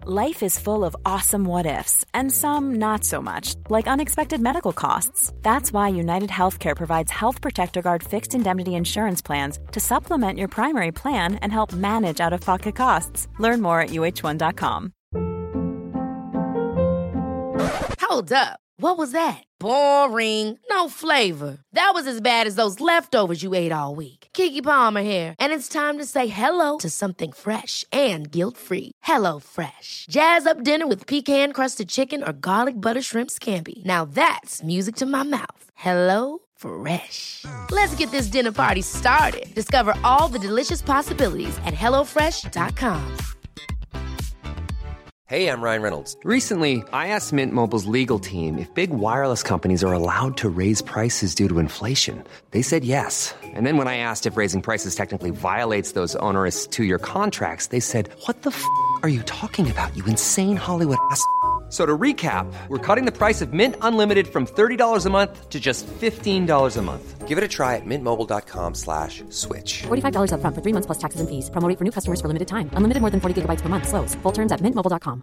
Life is full of awesome what-ifs, and some not so much, like unexpected medical costs. That's why United Healthcare provides Health Protector Guard fixed indemnity insurance plans to supplement your primary plan and help manage out-of-pocket costs. Learn more at uh1.com. Hold up. What was that? Boring. No flavor. That was as bad as those leftovers you ate all week. Keke Palmer here, and it's time to say hello to something fresh and guilt-free. Hello Fresh. Jazz up dinner with pecan-crusted chicken or garlic butter shrimp scampi. Now that's music to my mouth. Hello Fresh. Let's get this dinner party started. Discover all the delicious possibilities at hellofresh.com. Hey, I'm Ryan Reynolds. Recently, I asked Mint Mobile's legal team if big wireless companies are allowed to raise prices due to inflation. They said yes. And then when I asked if raising prices technically violates those onerous two-year contracts, they said, "What the f*** are you talking about, you insane Hollywood ass?" So to recap, we're cutting the price of Mint Unlimited from $30 a month to just $15 a month. Give it a try at mintmobile.com/switch. $45 up front for 3 months plus taxes and fees. Promo rate for new customers for limited time. Unlimited more than 40 gigabytes per month. Slows full terms at mintmobile.com.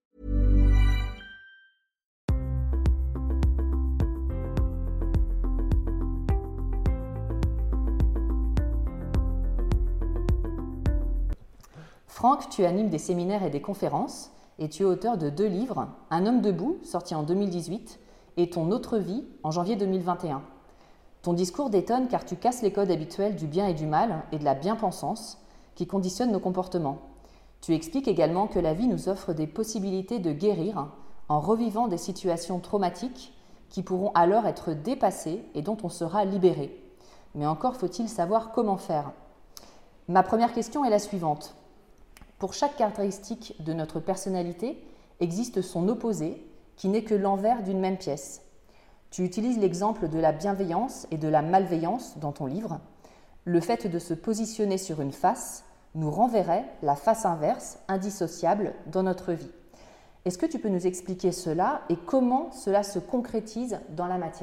Franck, tu animes des séminaires et des conférences et tu es auteur de 2 livres, Un homme debout, sorti en 2018, et Ton autre vie, en janvier 2021. Ton discours détonne car tu casses les codes habituels du bien et du mal et de la bien-pensance qui conditionnent nos comportements. Tu expliques également que la vie nous offre des possibilités de guérir en revivant des situations traumatiques qui pourront alors être dépassées et dont on sera libéré. Mais encore faut-il savoir comment faire. Ma première question est la suivante. Pour chaque caractéristique de notre personnalité, existe son opposé qui n'est que l'envers d'une même pièce. Tu utilises l'exemple de la bienveillance et de la malveillance dans ton livre. Le fait de se positionner sur une face nous renverrait la face inverse, indissociable, dans notre vie. Est-ce que tu peux nous expliquer cela et comment cela se concrétise dans la matière ?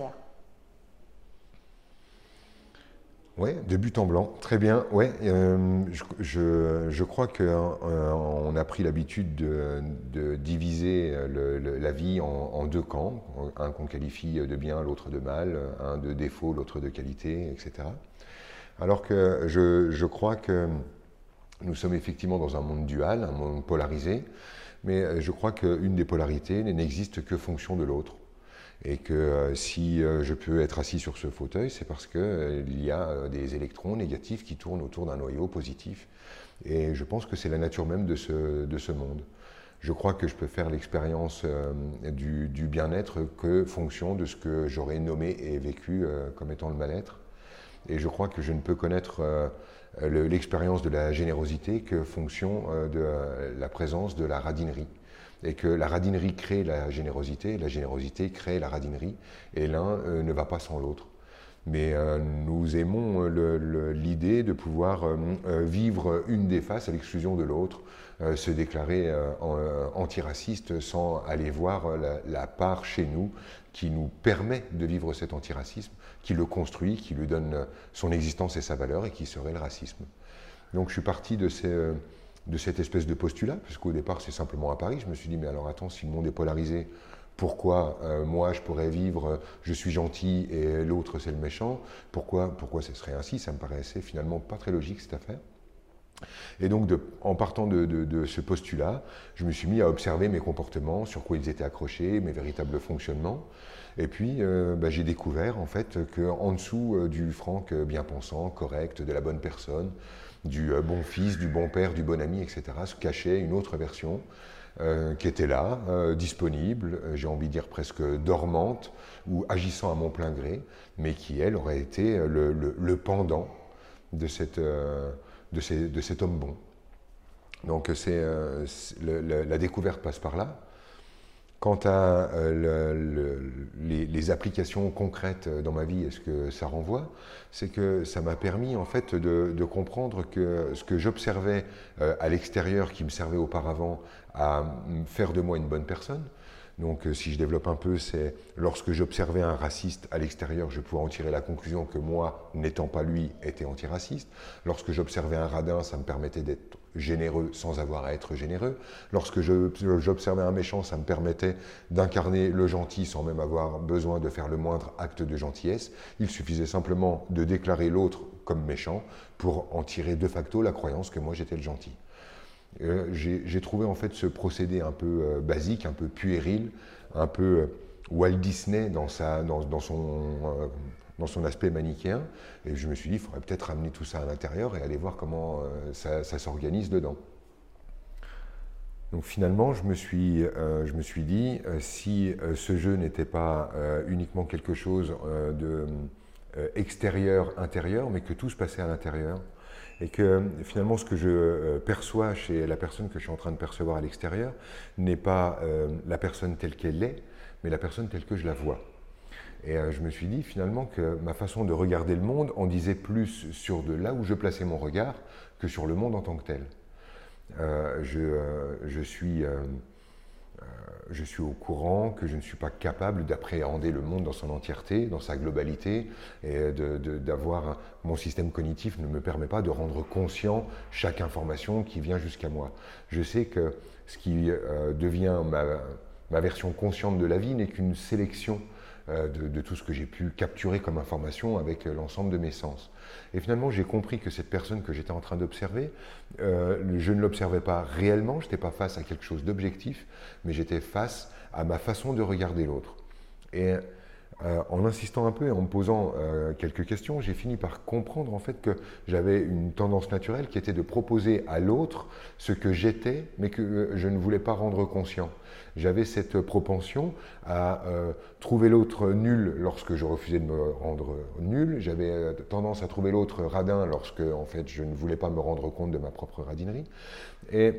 Oui, de but en blanc, très bien. Ouais, je crois qu'on a pris l'habitude de diviser la vie en 2 camps, un qu'on qualifie de bien, l'autre de mal, un de défaut, l'autre de qualité, etc. Alors que je crois que nous sommes effectivement dans un monde dual, un monde polarisé, mais je crois qu'une des polarités n'existe que fonction de l'autre. Et que si je peux être assis sur ce fauteuil, c'est parce qu'il y a des électrons négatifs qui tournent autour d'un noyau positif. Et je pense que c'est la nature même de ce monde. Je crois que je peux faire l'expérience du bien-être que fonction de ce que j'aurais nommé et vécu comme étant le mal-être. Et je crois que je ne peux connaître l'expérience de la générosité que fonction de la présence de la radinerie. Et que la radinerie crée la générosité crée la radinerie, et l'un ne va pas sans l'autre. Mais nous aimons l'idée de pouvoir vivre une des faces à l'exclusion de l'autre, se déclarer antiraciste sans aller voir la part chez nous qui nous permet de vivre cet antiracisme, qui le construit, qui lui donne son existence et sa valeur, et qui serait le racisme. Donc je suis parti de cette espèce de postulat, parce qu'au départ c'est simplement à Paris, je me suis dit mais alors attends, si le monde est polarisé, pourquoi moi je pourrais vivre je suis gentil et l'autre c'est le méchant, pourquoi ce serait ainsi? Ça me paraissait finalement pas très logique cette affaire. Et donc en partant de ce postulat, je me suis mis à observer mes comportements, sur quoi ils étaient accrochés, mes véritables fonctionnements. Et puis j'ai découvert en fait qu'en dessous du Franck bien pensant, correct, de la bonne personne, du bon fils, du bon père, du bon ami, etc., se cachait une autre version qui était là, disponible, j'ai envie de dire presque dormante, ou agissant à mon plein gré, mais qui, elle, aurait été le pendant de cet homme bon. Donc la découverte passe par là. Quant à les applications concrètes dans ma vie et ce que ça renvoie, c'est que ça m'a permis en fait de comprendre que ce que j'observais à l'extérieur qui me servait auparavant à faire de moi une bonne personne. Donc si je développe un peu, c'est lorsque j'observais un raciste à l'extérieur, je pouvais en tirer la conclusion que moi, n'étant pas lui, était antiraciste. Lorsque j'observais un radin, ça me permettait d'être généreux sans avoir à être généreux. Lorsque j'observais un méchant, ça me permettait d'incarner le gentil sans même avoir besoin de faire le moindre acte de gentillesse. Il suffisait simplement de déclarer l'autre comme méchant pour en tirer de facto la croyance que moi j'étais le gentil. J'ai trouvé en fait ce procédé un peu basique, un peu puéril, un peu Walt Disney dans son aspect manichéen, et je me suis dit, il faudrait peut-être ramener tout ça à l'intérieur et aller voir comment ça s'organise dedans. Donc finalement, je me suis dit, si ce jeu n'était pas uniquement quelque chose de extérieur-intérieur, mais que tout se passait à l'intérieur, et que finalement ce que je perçois chez la personne que je suis en train de percevoir à l'extérieur n'est pas la personne telle qu'elle est, mais la personne telle que je la vois. Et je me suis dit finalement que ma façon de regarder le monde en disait plus sur de là où je plaçais mon regard que sur le monde en tant que tel. Je suis au courant que je ne suis pas capable d'appréhender le monde dans son entièreté, dans sa globalité, et mon système cognitif ne me permet pas de rendre conscient chaque information qui vient jusqu'à moi. Je sais que ce qui devient ma version consciente de la vie n'est qu'une sélection de tout ce que j'ai pu capturer comme information avec l'ensemble de mes sens. Et finalement, j'ai compris que cette personne que j'étais en train d'observer, je ne l'observais pas réellement, je n'étais pas face à quelque chose d'objectif, mais j'étais face à ma façon de regarder l'autre. Et en insistant un peu et en me posant quelques questions, j'ai fini par comprendre en fait que j'avais une tendance naturelle qui était de proposer à l'autre ce que j'étais, mais que je ne voulais pas rendre conscient. J'avais cette propension à trouver l'autre nul lorsque je refusais de me rendre nul. J'avais tendance à trouver l'autre radin lorsque en fait, je ne voulais pas me rendre compte de ma propre radinerie. Et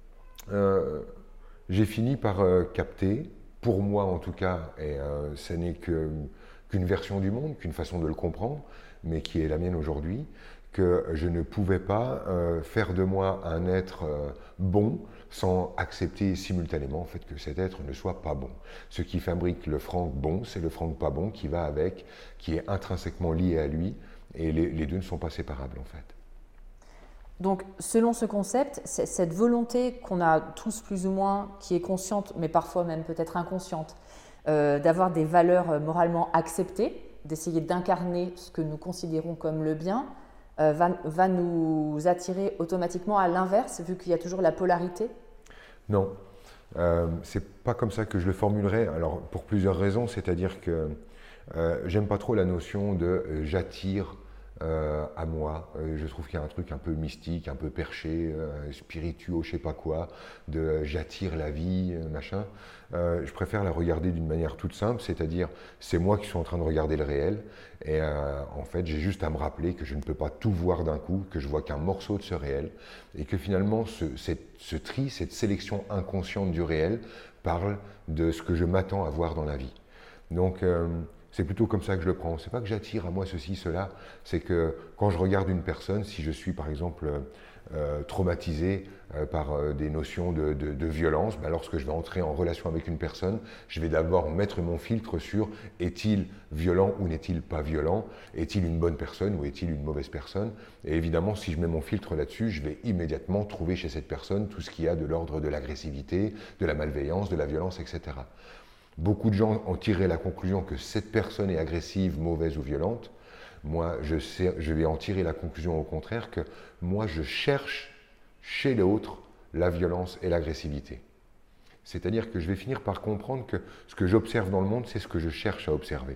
j'ai fini par capter, pour moi en tout cas, et ce n'est qu'une version du monde, qu'une façon de le comprendre, mais qui est la mienne aujourd'hui, que je ne pouvais pas faire de moi un être bon sans accepter simultanément en fait, que cet être ne soit pas bon. Ce qui fabrique le Franck bon, c'est le Franck pas bon qui va avec, qui est intrinsèquement lié à lui, et les deux ne sont pas séparables en fait. Donc, selon ce concept, cette volonté qu'on a tous plus ou moins, qui est consciente, mais parfois même peut-être inconsciente, d'avoir des valeurs moralement acceptées, d'essayer d'incarner ce que nous considérons comme le bien, va nous attirer automatiquement à l'inverse, vu qu'il y a toujours la polarité? Non, c'est pas comme ça que je le formulerai. Alors, pour plusieurs raisons, c'est-à-dire que j'aime pas trop la notion de j'attire à moi. Je trouve qu'il y a un truc un peu mystique, un peu perché, spirituel, je sais pas quoi, de j'attire la vie, machin. Je préfère la regarder d'une manière toute simple, c'est-à-dire c'est moi qui suis en train de regarder le réel, et en fait j'ai juste à me rappeler que je ne peux pas tout voir d'un coup, que je vois qu'un morceau de ce réel, et que finalement ce tri, cette sélection inconsciente du réel parle de ce que je m'attends à voir dans la vie. Donc c'est plutôt comme ça que je le prends. C'est pas que j'attire à moi ceci, cela, c'est que quand je regarde une personne, si je suis par exemple traumatisé par des notions de violence, ben lorsque je vais entrer en relation avec une personne, je vais d'abord mettre mon filtre sur est-il violent ou n'est-il pas violent, est-il une bonne personne ou est-il une mauvaise personne. Et évidemment, si je mets mon filtre là-dessus, je vais immédiatement trouver chez cette personne tout ce qui a de l'ordre de l'agressivité, de la malveillance, de la violence, etc. Beaucoup de gens ont tiré la conclusion que cette personne est agressive, mauvaise ou violente. Moi, je vais en tirer la conclusion au contraire que moi, je cherche chez l'autre la violence et l'agressivité. C'est-à-dire que je vais finir par comprendre que ce que j'observe dans le monde, c'est ce que je cherche à observer.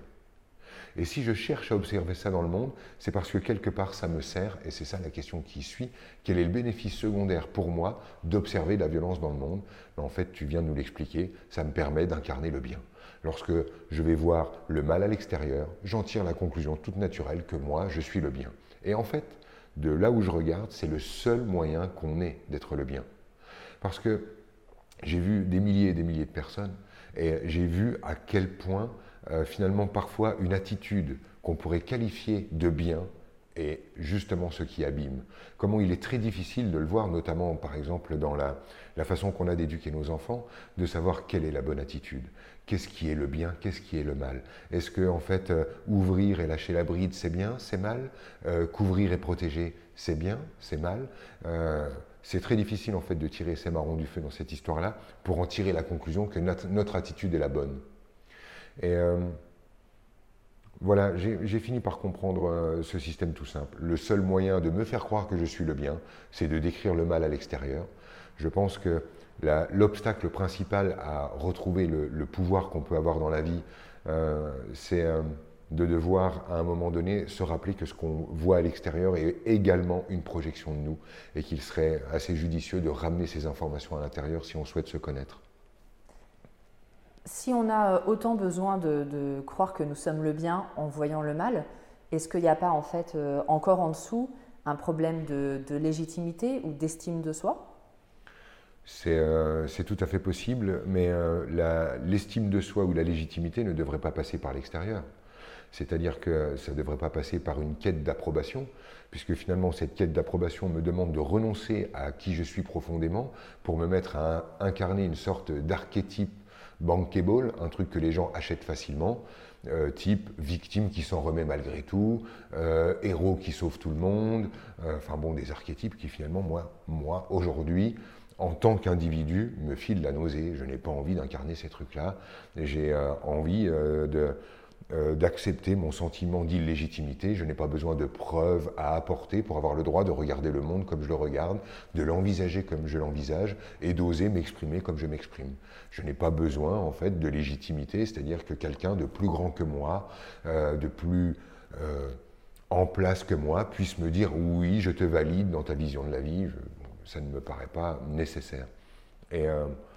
Et si je cherche à observer ça dans le monde, c'est parce que quelque part ça me sert, et c'est ça la question qui suit, quel est le bénéfice secondaire pour moi d'observer la violence dans le monde? En fait, tu viens de nous l'expliquer, ça me permet d'incarner le bien. Lorsque je vais voir le mal à l'extérieur, j'en tire la conclusion toute naturelle que moi, je suis le bien. Et en fait, de là où je regarde, c'est le seul moyen qu'on ait d'être le bien. Parce que j'ai vu des milliers et des milliers de personnes, et j'ai vu à quel point finalement parfois une attitude qu'on pourrait qualifier de bien est justement ce qui abîme. Comment il est très difficile de le voir, notamment par exemple dans la façon qu'on a d'éduquer nos enfants, de savoir quelle est la bonne attitude. Qu'est-ce qui est le bien, qu'est-ce qui est le mal? Est-ce que en fait ouvrir et lâcher la bride c'est bien, c'est mal? Couvrir et protéger c'est bien, c'est mal? c'est très difficile en fait de tirer ces marrons du feu dans cette histoire-là pour en tirer la conclusion que notre attitude est la bonne. Et voilà, j'ai fini par comprendre ce système tout simple. Le seul moyen de me faire croire que je suis le bien, c'est de décrire le mal à l'extérieur. Je pense que l'obstacle principal à retrouver le pouvoir qu'on peut avoir dans la vie, c'est de devoir, à un moment donné, se rappeler que ce qu'on voit à l'extérieur est également une projection de nous et qu'il serait assez judicieux de ramener ces informations à l'intérieur si on souhaite se connaître. Si on a autant besoin de croire que nous sommes le bien en voyant le mal, est-ce qu'il n'y a pas en fait encore en dessous un problème de légitimité ou d'estime de soi ? C'est tout à fait possible, mais l'estime de soi ou la légitimité ne devrait pas passer par l'extérieur. C'est-à-dire que ça ne devrait pas passer par une quête d'approbation, puisque finalement cette quête d'approbation me demande de renoncer à qui je suis profondément pour me mettre à incarner une sorte d'archétype bankable, un truc que les gens achètent facilement, type victime qui s'en remet malgré tout, héros qui sauve tout le monde, enfin bon, des archétypes qui finalement, moi aujourd'hui, en tant qu'individu, me filent la nausée. Je n'ai pas envie d'incarner ces trucs-là. J'ai envie d'accepter mon sentiment d'illégitimité. Je n'ai pas besoin de preuves à apporter pour avoir le droit de regarder le monde comme je le regarde, de l'envisager comme je l'envisage et d'oser m'exprimer comme je m'exprime. Je n'ai pas besoin en fait de légitimité, c'est-à-dire que quelqu'un de plus grand que moi, de plus en place que moi, puisse me dire oui, je te valide dans ta vision de la vie. Ça ne me paraît pas nécessaire. Et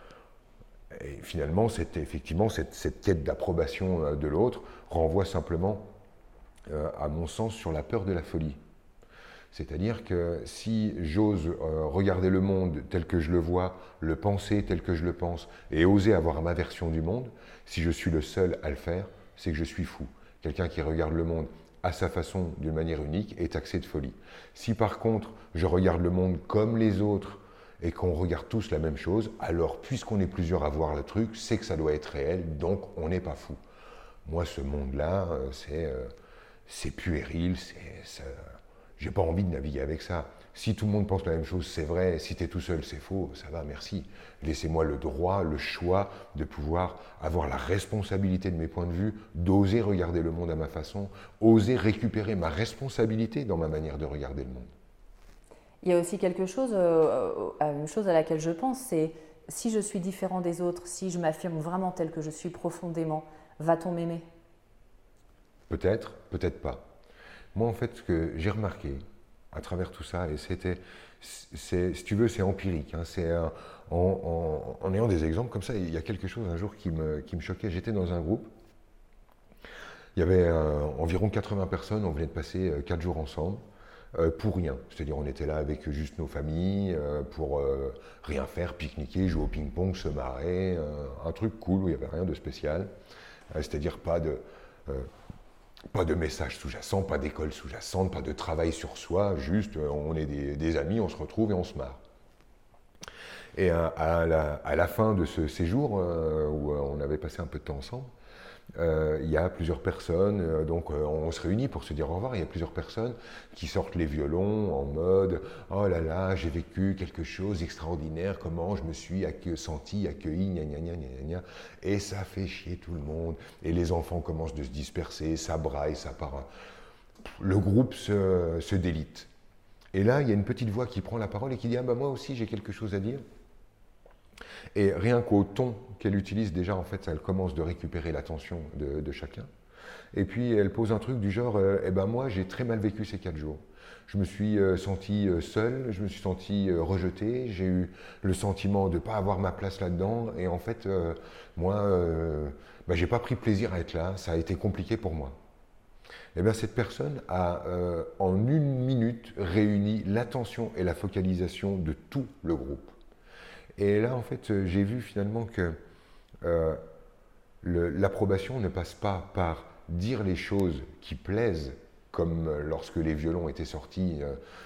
finalement, effectivement, cette quête d'approbation de l'autre renvoie simplement, à mon sens, sur la peur de la folie. C'est-à-dire que si j'ose regarder le monde tel que je le vois, le penser tel que je le pense, et oser avoir ma version du monde, si je suis le seul à le faire, c'est que je suis fou. Quelqu'un qui regarde le monde à sa façon, d'une manière unique, est taxé de folie. Si par contre, je regarde le monde comme les autres, et qu'on regarde tous la même chose, alors puisqu'on est plusieurs à voir le truc, c'est que ça doit être réel, donc on n'est pas fou. Moi, ce monde-là, c'est puéril, j'ai pas envie de naviguer avec ça. Si tout le monde pense la même chose, c'est vrai. Si tu es tout seul, c'est faux. Ça va, merci. Laissez-moi le droit, le choix de pouvoir avoir la responsabilité de mes points de vue, d'oser regarder le monde à ma façon, oser récupérer ma responsabilité dans ma manière de regarder le monde. Il y a aussi quelque chose, une chose à laquelle je pense, c'est si je suis différent des autres, si je m'affirme vraiment tel que je suis profondément, va-t-on m'aimer ? Peut-être, peut-être pas. Moi, en fait, ce que j'ai remarqué à travers tout ça, et si tu veux, c'est empirique. Hein, c'est en ayant des exemples comme ça, il y a quelque chose un jour qui me choquait. J'étais dans un groupe, il y avait environ 80 personnes, on venait de passer 4 jours ensemble. Pour rien, c'est-à-dire on était là avec juste nos familles, pour rien faire, pique-niquer, jouer au ping-pong, se marrer, un truc cool où il n'y avait rien de spécial, c'est-à-dire pas de message sous-jacent, pas d'école sous-jacente, pas de travail sur soi, juste on est des amis, on se retrouve et on se marre. Et à la fin de ce séjour, où on avait passé un peu de temps ensemble, il y a plusieurs personnes, donc on se réunit pour se dire au revoir, il y a plusieurs personnes qui sortent les violons en mode « Oh là là, j'ai vécu quelque chose d'extraordinaire, comment je me suis senti accueilli, gna gna gna gna gna » et ça fait chier tout le monde, et les enfants commencent de se disperser, ça braille, ça part. Le groupe se délite. Et là, il y a une petite voix qui prend la parole et qui dit « Ah bah moi aussi j'ai quelque chose à dire ». Et rien qu'au ton qu'elle utilise, déjà, en fait, elle commence de récupérer l'attention de chacun. Et puis, elle pose un truc du genre « Eh ben moi, j'ai très mal vécu ces 4 jours. Je me suis senti seul, je me suis senti rejeté, j'ai eu le sentiment de ne pas avoir ma place là-dedans. Et en fait, moi, j'ai pas pris plaisir à être là, ça a été compliqué pour moi. » Eh bien, cette personne a, en 1 minute, réuni l'attention et la focalisation de tout le groupe. Et là, en fait, j'ai vu finalement que l'approbation ne passe pas par dire les choses qui plaisent, comme lorsque les violons étaient sortis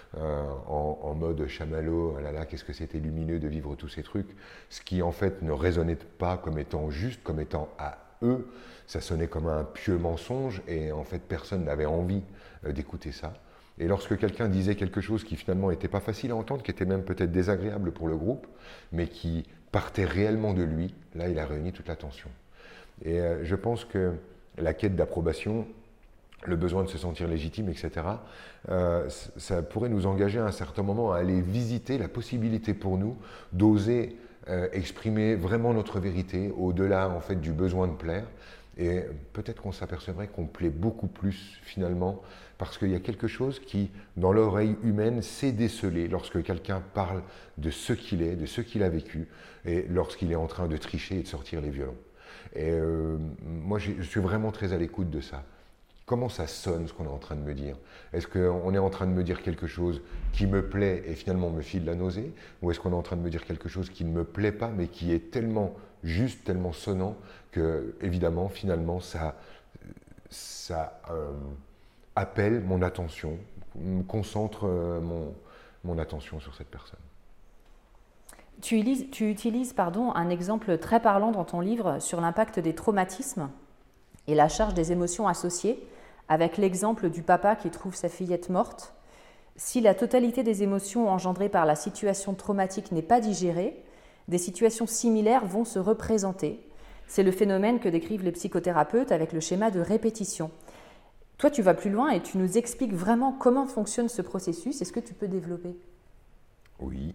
en mode chamallow, ah là là, qu'est-ce que c'était lumineux de vivre tous ces trucs, ce qui en fait ne résonnait pas comme étant juste, comme étant à eux, ça sonnait comme un pieux mensonge, et en fait personne n'avait envie d'écouter ça. Et lorsque quelqu'un disait quelque chose qui finalement n'était pas facile à entendre, qui était même peut-être désagréable pour le groupe, mais qui partait réellement de lui, là il a réuni toute l'attention. Et je pense que la quête d'approbation, le besoin de se sentir légitime, etc., ça pourrait nous engager à un certain moment à aller visiter la possibilité pour nous d'oser exprimer vraiment notre vérité au-delà en fait du besoin de plaire. Et peut-être qu'on s'apercevrait qu'on plaît beaucoup plus finalement parce qu'il y a quelque chose qui, dans l'oreille humaine, sait déceler lorsque quelqu'un parle de ce qu'il est, de ce qu'il a vécu et lorsqu'il est en train de tricher et de sortir les violons. Et moi, je suis vraiment très à l'écoute de ça. Comment ça sonne ce qu'on est en train de me dire? Est-ce qu'on est en train de me dire quelque chose qui me plaît et finalement me file la nausée? Ou est-ce qu'on est en train de me dire quelque chose qui ne me plaît pas mais qui est tellement juste, tellement sonnant que, évidemment, finalement, ça appelle mon attention, concentre mon attention sur cette personne. Tu utilises un exemple très parlant dans ton livre sur l'impact des traumatismes et la charge des émotions associées, avec l'exemple du papa qui trouve sa fillette morte. Si la totalité des émotions engendrées par la situation traumatique n'est pas digérée, des situations similaires vont se représenter. C'est le phénomène que décrivent les psychothérapeutes avec le schéma de répétition. Toi, tu vas plus loin et tu nous expliques vraiment comment fonctionne ce processus. Est-ce que tu peux développer? Oui.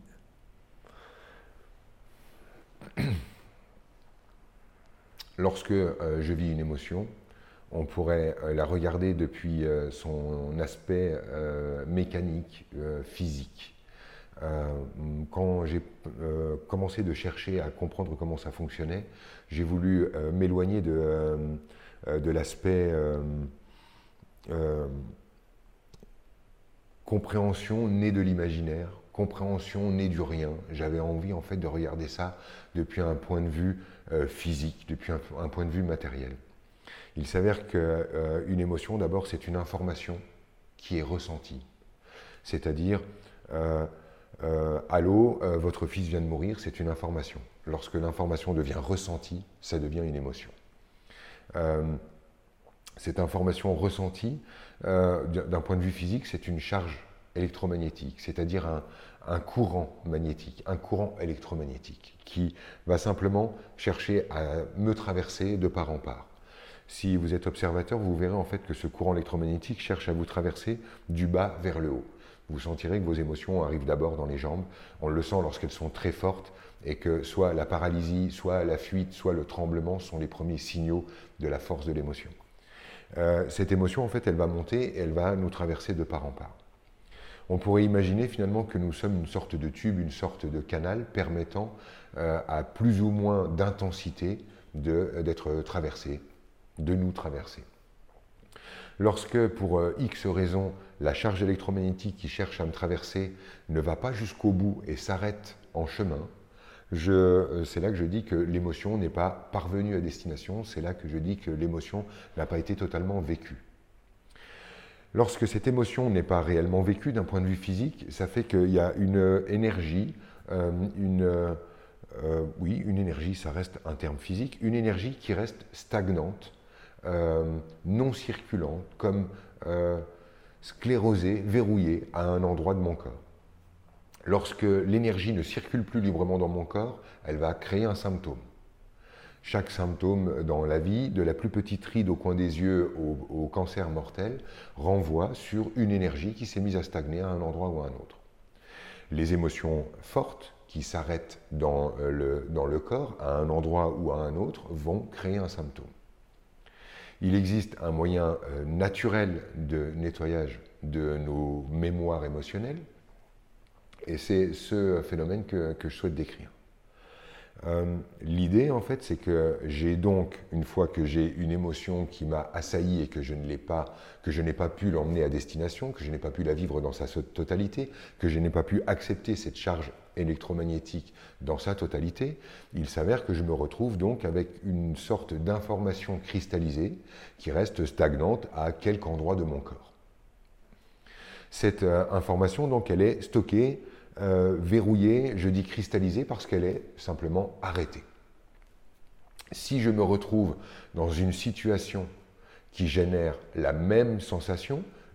Lorsque je vis une émotion, on pourrait la regarder depuis son aspect mécanique, physique. Quand j'ai commencé de chercher à comprendre comment ça fonctionnait, j'ai voulu m'éloigner de l'aspect compréhension née de l'imaginaire, compréhension née du rien. J'avais envie en fait de regarder ça depuis un point de vue physique, depuis un point de vue matériel. Il s'avère qu'une émotion, d'abord, c'est une information qui est ressentie. C'est-à-dire, allô, votre fils vient de mourir, c'est une information. Lorsque l'information devient ressentie, ça devient une émotion. Cette information ressentie, d'un point de vue physique, c'est une charge électromagnétique, c'est-à-dire un courant magnétique, un courant électromagnétique qui va simplement chercher à me traverser de part en part. Si vous êtes observateur, vous verrez en fait que ce courant électromagnétique cherche à vous traverser du bas vers le haut. Vous sentirez que vos émotions arrivent d'abord dans les jambes. On le sent lorsqu'elles sont très fortes et que soit la paralysie, soit la fuite, soit le tremblement sont les premiers signaux de la force de l'émotion. Cette émotion, en fait, elle va monter et elle va nous traverser de part en part. On pourrait imaginer finalement que nous sommes une sorte de tube, une sorte de canal permettant à plus ou moins d'intensité d'être traversé, de nous traverser. Lorsque, pour X raisons, la charge électromagnétique qui cherche à me traverser ne va pas jusqu'au bout et s'arrête en chemin, c'est là que je dis que l'émotion n'est pas parvenue à destination, c'est là que je dis que l'émotion n'a pas été totalement vécue. Lorsque cette émotion n'est pas réellement vécue d'un point de vue physique, ça fait qu'il y a une énergie, une énergie, ça reste un terme physique, une énergie qui reste stagnante, non circulante, comme sclérosée, verrouillée à un endroit de mon corps. Lorsque l'énergie ne circule plus librement dans mon corps, elle va créer un symptôme. Chaque symptôme dans la vie, de la plus petite ride au coin des yeux au cancer mortel, renvoie sur une énergie qui s'est mise à stagner à un endroit ou à un autre. Les émotions fortes qui s'arrêtent dans le corps, à un endroit ou à un autre, vont créer un symptôme. Il existe un moyen naturel de nettoyage de nos mémoires émotionnelles, et c'est ce phénomène que je souhaite décrire. L'idée, en fait, c'est que j'ai donc, une fois que j'ai une émotion qui m'a assailli et que je n'ai pas pu l'emmener à destination, que je n'ai pas pu la vivre dans sa totalité, que je n'ai pas pu accepter cette charge électromagnétique dans sa totalité, il s'avère que je me retrouve donc avec une sorte d'information cristallisée qui reste stagnante à quelque endroit de mon corps. Cette information, donc, elle est stockée, verrouillée, je dis cristallisée parce qu'elle est simplement arrêtée. Si je me retrouve dans une situation qui génère la même sensation,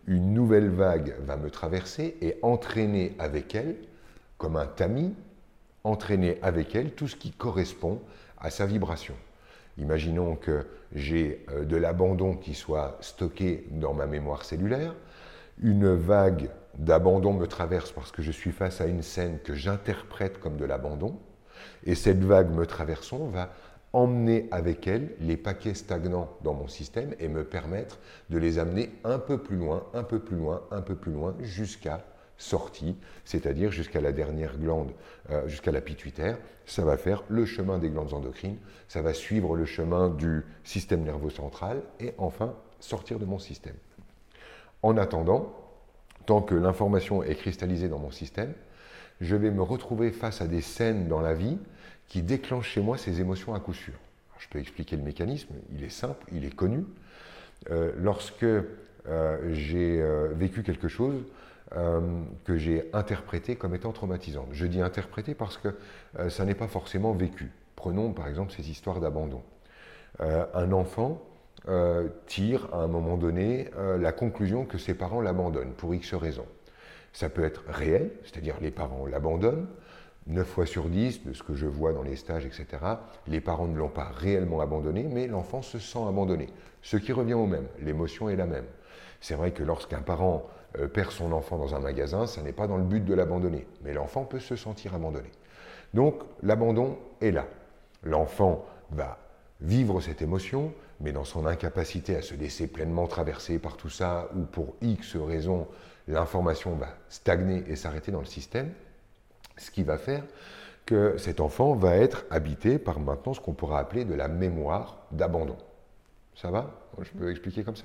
une nouvelle vague va me traverser et entraîner avec elle, comme un tamis, entraîner avec elle tout ce qui correspond à sa vibration. Imaginons que j'ai de l'abandon qui soit stocké dans ma mémoire cellulaire, une vague d'abandon me traverse parce que je suis face à une scène que j'interprète comme de l'abandon, et cette vague me traversant va emmener avec elle les paquets stagnants dans mon système et me permettre de les amener un peu plus loin, un peu plus loin, un peu plus loin, jusqu'à sortie, c'est-à-dire jusqu'à la dernière glande, jusqu'à la pituitaire. Ça va faire le chemin des glandes endocrines, ça va suivre le chemin du système nerveux central et enfin sortir de mon système. En attendant, tant que l'information est cristallisée dans mon système, je vais me retrouver face à des scènes dans la vie qui déclenchent chez moi ces émotions à coup sûr. Alors, je peux expliquer le mécanisme, il est simple, il est connu. Lorsque j'ai vécu quelque chose que j'ai interprété comme étant traumatisant. Je dis interprété parce que ça n'est pas forcément vécu. Prenons par exemple ces histoires d'abandon. Un enfant tire à un moment donné la conclusion que ses parents l'abandonnent pour X raisons. Ça peut être réel, c'est-à-dire les parents l'abandonnent. 9 fois sur 10, de ce que je vois dans les stages, etc., les parents ne l'ont pas réellement abandonné, mais l'enfant se sent abandonné. Ce qui revient au même, l'émotion est la même. C'est vrai que lorsqu'un parent perd son enfant dans un magasin, ça n'est pas dans le but de l'abandonner, mais l'enfant peut se sentir abandonné. Donc l'abandon est là. L'enfant va vivre cette émotion, mais dans son incapacité à se laisser pleinement traverser par tout ça, ou pour X raisons, l'information va stagner et s'arrêter dans le système, ce qui va faire que cet enfant va être habité par maintenant ce qu'on pourra appeler de la mémoire d'abandon. Ça va? Je peux expliquer comme ça?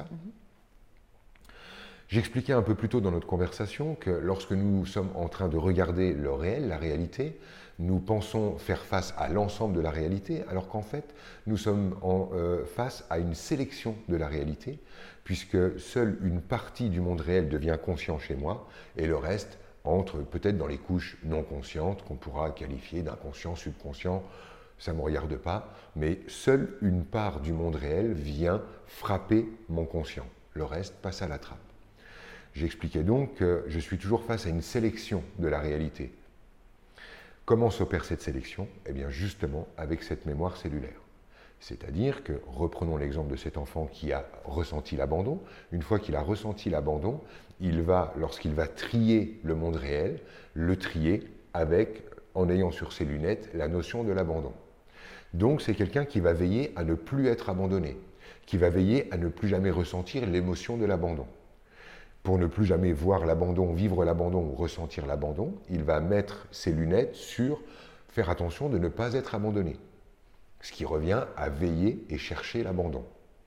J'expliquais un peu plus tôt dans notre conversation que lorsque nous sommes en train de regarder le réel, la réalité, nous pensons faire face à l'ensemble de la réalité, alors qu'en fait, nous sommes face à une sélection de la réalité, puisque seule une partie du monde réel devient conscient chez moi, et le reste entre peut-être dans les couches non conscientes, qu'on pourra qualifier d'inconscient, subconscient, ça ne me regarde pas, mais seule une part du monde réel vient frapper mon conscient. Le reste passe à la trappe. J'expliquais donc que je suis toujours face à une sélection de la réalité. Comment s'opère cette sélection? Eh bien justement avec cette mémoire cellulaire. C'est-à-dire que, reprenons l'exemple de cet enfant qui a ressenti l'abandon, une fois qu'il a ressenti l'abandon, il va, lorsqu'il va trier le monde réel, le trier en ayant sur ses lunettes la notion de l'abandon. Donc c'est quelqu'un qui va veiller à ne plus être abandonné, qui va veiller à ne plus jamais ressentir l'émotion de l'abandon. Pour ne plus jamais voir l'abandon, vivre l'abandon ou ressentir l'abandon, il va mettre ses lunettes sur faire attention de ne pas être abandonné. Ce qui revient à veiller et chercher l'abandon.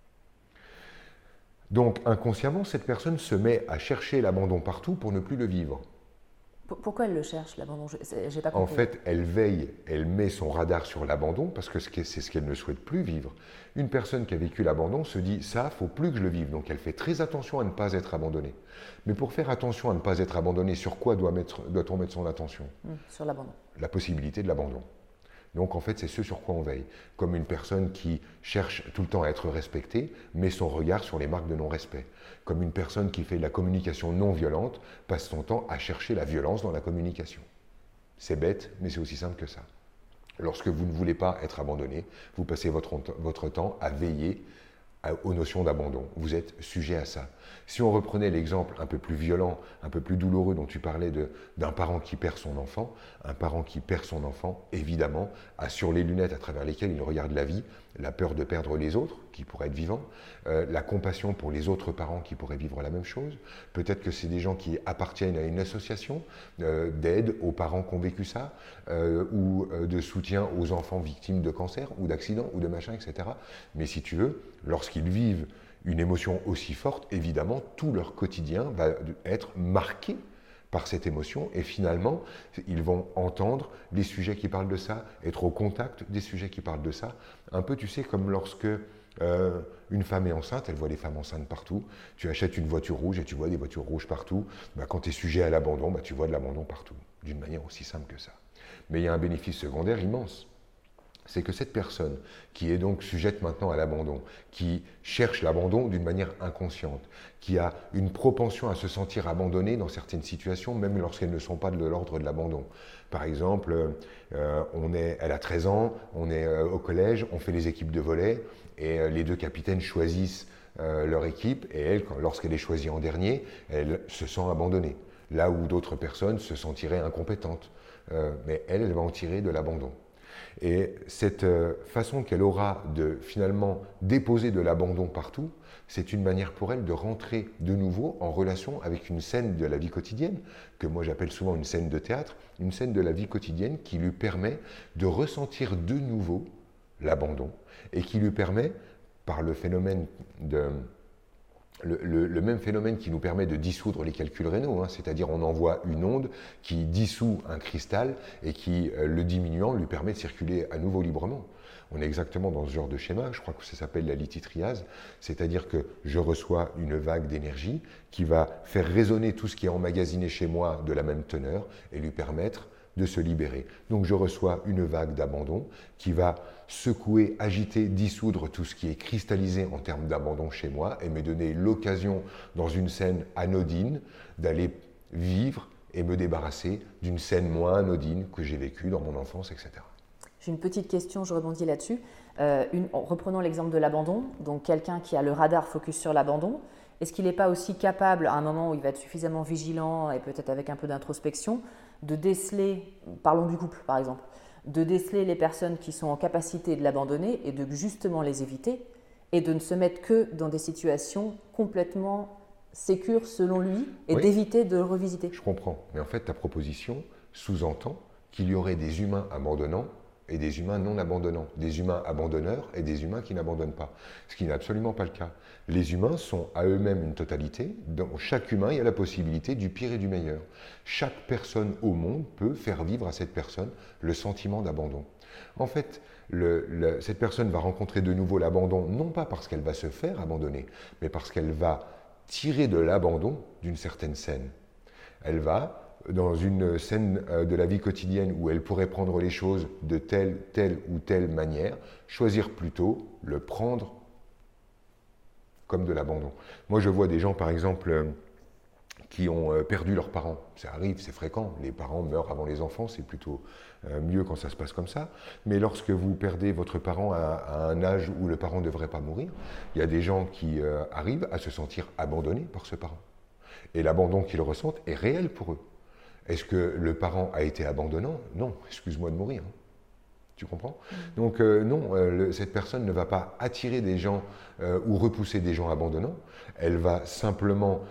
Donc inconsciemment, cette personne se met à chercher l'abandon partout pour ne plus le vivre. Pourquoi elle le cherche, l'abandon? J'ai pas compris. En fait, elle veille, elle met son radar sur l'abandon parce que c'est ce qu'elle ne souhaite plus vivre. Une personne qui a vécu l'abandon se dit « ça, il ne faut plus que je le vive ». Donc elle fait très attention à ne pas être abandonnée. Mais pour faire attention à ne pas être abandonnée, sur quoi doit-on mettre son attention? Sur l'abandon. La possibilité de l'abandon. Donc en fait, c'est ce sur quoi on veille. Comme une personne qui cherche tout le temps à être respectée, met son regard sur les marques de non-respect. Comme une personne qui fait de la communication non violente, passe son temps à chercher la violence dans la communication. C'est bête, mais c'est aussi simple que ça. Lorsque vous ne voulez pas être abandonné, vous passez votre temps à veiller aux notions d'abandon. Vous êtes sujet à ça. Si on reprenait l'exemple un peu plus violent, un peu plus douloureux dont tu parlais d'un parent qui perd son enfant, un parent qui perd son enfant, évidemment, a sur les lunettes à travers lesquelles il regarde la vie, la peur de perdre les autres, qui pourraient être vivants, la compassion pour les autres parents qui pourraient vivre la même chose. Peut-être que c'est des gens qui appartiennent à une association d'aide aux parents qui ont vécu ça, ou de soutien aux enfants victimes de cancer, ou d'accidents, ou de machin, etc. Mais si tu veux, lorsqu'ils vivent une émotion aussi forte, évidemment, tout leur quotidien va être marqué par cette émotion et finalement, ils vont entendre les sujets qui parlent de ça, être au contact des sujets qui parlent de ça. Un peu, tu sais, comme lorsque une femme est enceinte, elle voit des femmes enceintes partout. Tu achètes une voiture rouge et tu vois des voitures rouges partout. Quand tu es sujet à l'abandon, tu vois de l'abandon partout, d'une manière aussi simple que ça. Mais il y a un bénéfice secondaire immense. c'est que cette personne qui est donc sujette maintenant à l'abandon, qui cherche l'abandon d'une manière inconsciente, qui a une propension à se sentir abandonnée dans certaines situations, même lorsqu'elles ne sont pas de l'ordre de l'abandon. Par exemple, elle a 13 ans, on est au collège, on fait les équipes de volley, et les deux capitaines choisissent leur équipe, et elle, lorsqu'elle est choisie en dernier, elle se sent abandonnée. Là où d'autres personnes se sentiraient incompétentes. Mais elle va en tirer de l'abandon. Et cette façon qu'elle aura de finalement déposer de l'abandon partout, c'est une manière pour elle de rentrer de nouveau en relation avec une scène de la vie quotidienne, que moi j'appelle souvent une scène de théâtre, une scène de la vie quotidienne qui lui permet de ressentir de nouveau l'abandon et qui lui permet, par le phénomène le même phénomène qui nous permet de dissoudre les calculs rénaux, c'est-à-dire on envoie une onde qui dissout un cristal et qui, le diminuant, lui permet de circuler à nouveau librement. On est exactement dans ce genre de schéma, je crois que ça s'appelle la lithitriase, c'est-à-dire que je reçois une vague d'énergie qui va faire résonner tout ce qui est emmagasiné chez moi de la même teneur et lui permettre de se libérer. Donc je reçois une vague d'abandon qui va secouer, agiter, dissoudre tout ce qui est cristallisé en termes d'abandon chez moi et me donner l'occasion, dans une scène anodine, d'aller vivre et me débarrasser d'une scène moins anodine que j'ai vécue dans mon enfance, etc. J'ai une petite question, je rebondis là-dessus. Reprenons l'exemple de l'abandon. Donc quelqu'un qui a le radar focus sur l'abandon, est-ce qu'il n'est pas aussi capable, à un moment où il va être suffisamment vigilant et peut-être avec un peu d'introspection, de déceler, parlons du couple par exemple, de déceler les personnes qui sont en capacité de l'abandonner et de justement les éviter et de ne se mettre que dans des situations complètement sécures selon lui et oui, d'éviter de le revisiter? Je comprends, mais en fait ta proposition sous-entend qu'il y aurait des humains abandonnants et des humains non abandonnants, des humains abandonneurs et des humains qui n'abandonnent pas, ce qui n'est absolument pas le cas. Les humains sont à eux-mêmes une totalité, dans chaque humain il y a la possibilité du pire et du meilleur. Chaque personne au monde peut faire vivre à cette personne le sentiment d'abandon. En fait, cette personne va rencontrer de nouveau l'abandon, non pas parce qu'elle va se faire abandonner, mais parce qu'elle va tirer de l'abandon d'une certaine scène. Elle va, dans une scène de la vie quotidienne où elle pourrait prendre les choses de telle ou telle manière, choisir plutôt le prendre comme de l'abandon. Moi, je vois des gens, par exemple, qui ont perdu leurs parents. Ça arrive, c'est fréquent. Les parents meurent avant les enfants, c'est plutôt mieux quand ça se passe comme ça. Mais lorsque vous perdez votre parent à un âge où le parent ne devrait pas mourir, il y a des gens qui arrivent à se sentir abandonnés par ce parent. Et l'abandon qu'ils ressentent est réel pour eux. Est-ce que le parent a été abandonnant? Non, excuse-moi de mourir. Tu comprends? Donc non, cette personne ne va pas attirer des gens ou repousser des gens abandonnants. Elle va simplement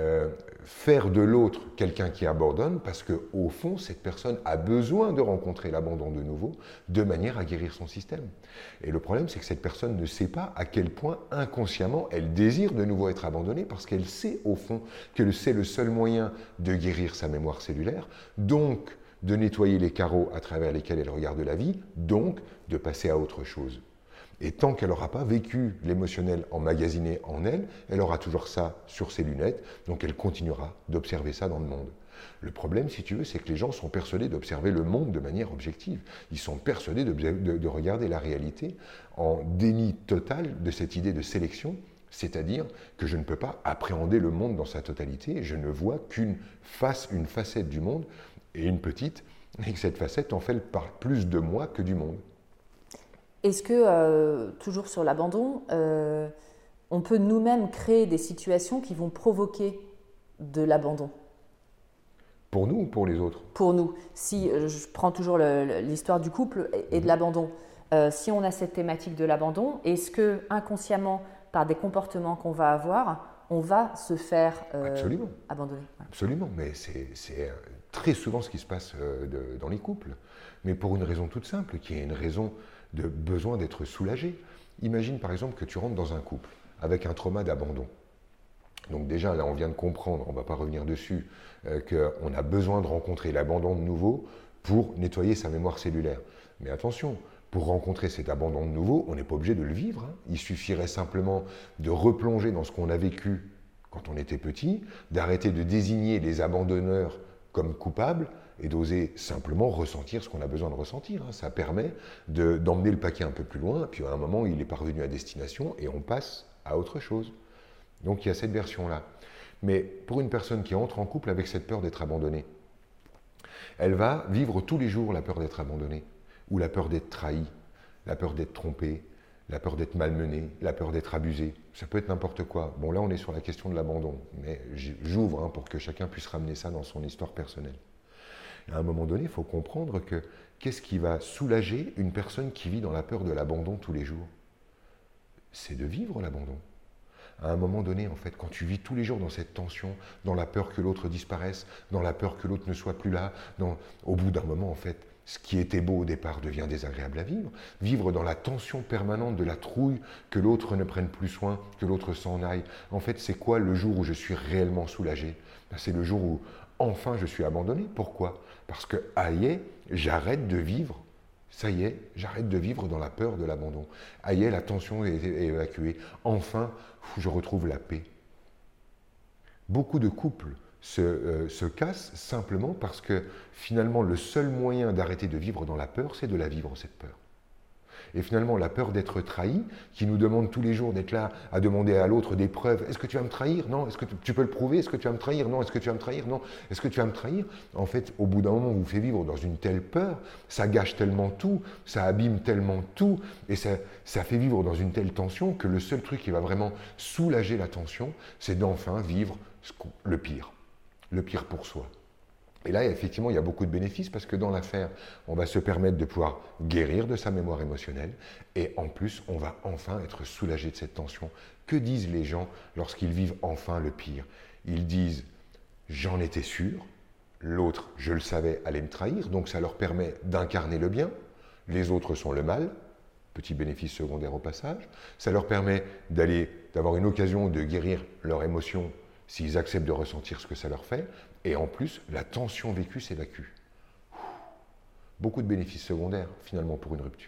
faire de l'autre quelqu'un qui abandonne parce qu'au fond, cette personne a besoin de rencontrer l'abandon de nouveau de manière à guérir son système. Et le problème, c'est que cette personne ne sait pas à quel point inconsciemment elle désire de nouveau être abandonnée parce qu'elle sait au fond que c'est le seul moyen de guérir sa mémoire cellulaire, donc de nettoyer les carreaux à travers lesquels elle regarde la vie, donc de passer à autre chose. Et tant qu'elle n'aura pas vécu l'émotionnel emmagasiné en elle, elle aura toujours ça sur ses lunettes, donc elle continuera d'observer ça dans le monde. Le problème, si tu veux, c'est que les gens sont persuadés d'observer le monde de manière objective. Ils sont persuadés de regarder la réalité en déni total de cette idée de sélection, c'est-à-dire que je ne peux pas appréhender le monde dans sa totalité, je ne vois qu'une facette du monde, et une petite, et que cette facette en fait parle plus de moi que du monde. Est-ce que, toujours sur l'abandon, on peut nous-mêmes créer des situations qui vont provoquer de l'abandon? Pour nous ou pour les autres? Pour nous. Si je prends toujours l'histoire du couple et de l'abandon, si on a cette thématique de l'abandon, est-ce que inconsciemment, par des comportements qu'on va avoir, on va se faire abandonner? Absolument, mais c'est très souvent ce qui se passe dans les couples. Mais pour une raison toute simple, qui est une raison de besoin d'être soulagé. Imagine par exemple que tu rentres dans un couple avec un trauma d'abandon. Donc déjà, là, on vient de comprendre, on ne va pas revenir dessus, qu'on a besoin de rencontrer l'abandon de nouveau pour nettoyer sa mémoire cellulaire. Mais attention, pour rencontrer cet abandon de nouveau, on n'est pas obligé de le vivre. Il suffirait simplement de replonger dans ce qu'on a vécu quand on était petit, d'arrêter de désigner les abandonneurs comme coupables et d'oser simplement ressentir ce qu'on a besoin de ressentir. Ça permet d'emmener le paquet un peu plus loin, puis à un moment, il est parvenu à destination et on passe à autre chose. Donc il y a cette version-là. Mais pour une personne qui entre en couple avec cette peur d'être abandonnée, elle va vivre tous les jours la peur d'être abandonnée, ou la peur d'être trahie, la peur d'être trompée, la peur d'être malmenée, la peur d'être abusée. Ça peut être n'importe quoi. Bon, là, on est sur la question de l'abandon, mais j'ouvre pour que chacun puisse ramener ça dans son histoire personnelle. Et à un moment donné, il faut comprendre que qu'est-ce qui va soulager une personne qui vit dans la peur de l'abandon tous les jours? C'est de vivre l'abandon. À un moment donné, en fait, quand tu vis tous les jours dans cette tension, dans la peur que l'autre disparaisse, dans la peur que l'autre ne soit plus là, au bout d'un moment, en fait, ce qui était beau au départ devient désagréable à vivre. Vivre dans la tension permanente de la trouille, que l'autre ne prenne plus soin, que l'autre s'en aille. En fait, c'est quoi le jour où je suis réellement soulagé? C'est le jour où, enfin, je suis abandonné. Pourquoi? Parce que, aïe, j'arrête de vivre. Ça y est, j'arrête de vivre dans la peur de l'abandon. Aïe, la tension est évacuée. Enfin, je retrouve la paix. Beaucoup de couples se cassent simplement parce que finalement, le seul moyen d'arrêter de vivre dans la peur, c'est de la vivre, cette peur. Et finalement, la peur d'être trahi, qui nous demande tous les jours d'être là à demander à l'autre des preuves. Est-ce que tu vas me trahir? Non. Est-ce que tu peux le prouver? Est-ce que tu vas me trahir? Non. Est-ce que tu vas me trahir? Non. Est-ce que tu vas me trahir? En fait, au bout d'un moment, on vous fait vivre dans une telle peur, ça gâche tellement tout, ça abîme tellement tout, et ça fait vivre dans une telle tension que le seul truc qui va vraiment soulager la tension, c'est d'enfin vivre le pire pour soi. Et là, effectivement, il y a beaucoup de bénéfices parce que dans l'affaire, on va se permettre de pouvoir guérir de sa mémoire émotionnelle et en plus, on va enfin être soulagé de cette tension. Que disent les gens lorsqu'ils vivent enfin le pire? Ils disent « j'en étais sûr », l'autre « je le savais, allait me trahir », donc ça leur permet d'incarner le bien, les autres sont le mal, petit bénéfice secondaire au passage, ça leur permet d'avoir une occasion de guérir leur émotion s'ils acceptent de ressentir ce que ça leur fait, et en plus, la tension vécue s'évacue. Beaucoup de bénéfices secondaires, finalement, pour une rupture.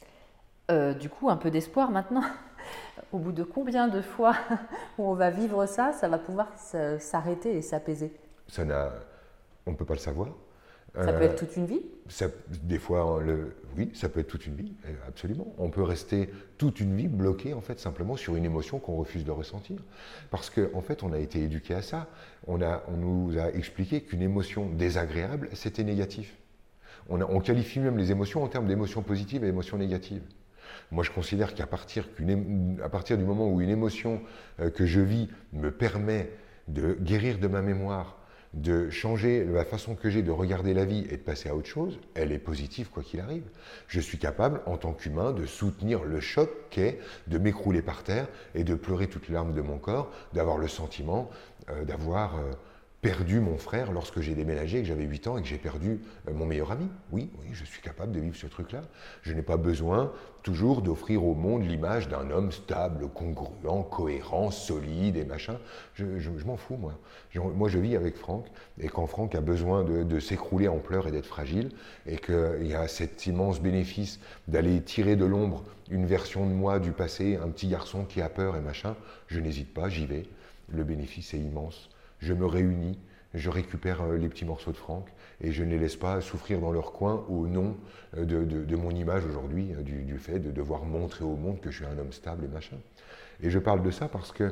Du coup, un peu d'espoir maintenant. Au bout de combien de fois où on va vivre ça, ça va pouvoir s'arrêter et s'apaiser? On ne peut pas le savoir. Ça peut être toute une vie? Des fois, oui, ça peut être toute une vie, absolument. On peut rester toute une vie bloqué, en fait, simplement sur une émotion qu'on refuse de ressentir. Parce qu'en fait, on a été éduqué à ça. On nous a expliqué qu'une émotion désagréable, c'était négatif. On qualifie même les émotions en termes d'émotions positives et d'émotions négatives. Moi, je considère qu'à partir du moment où une émotion que je vis me permet de guérir de ma mémoire, de changer la façon que j'ai de regarder la vie et de passer à autre chose, elle est positive quoi qu'il arrive. Je suis capable, en tant qu'humain, de soutenir le choc qu'est de m'écrouler par terre et de pleurer toutes les larmes de mon corps, d'avoir le sentiment d'avoir perdu mon frère lorsque j'ai déménagé, que j'avais 8 ans et que j'ai perdu mon meilleur ami. Oui, je suis capable de vivre ce truc-là. Je n'ai pas besoin toujours d'offrir au monde l'image d'un homme stable, congruent, cohérent, solide et machin. Je m'en fous, moi. Moi, je vis avec Franck, et quand Franck a besoin de s'écrouler en pleurs et d'être fragile, et qu'il y a cet immense bénéfice d'aller tirer de l'ombre une version de moi du passé, un petit garçon qui a peur et machin, je n'hésite pas, j'y vais. Le bénéfice est immense. Je me réunis, je récupère les petits morceaux de Franck et je ne les laisse pas souffrir dans leur coin au nom de mon image aujourd'hui, du fait de devoir montrer au monde que je suis un homme stable et machin. Et je parle de ça parce que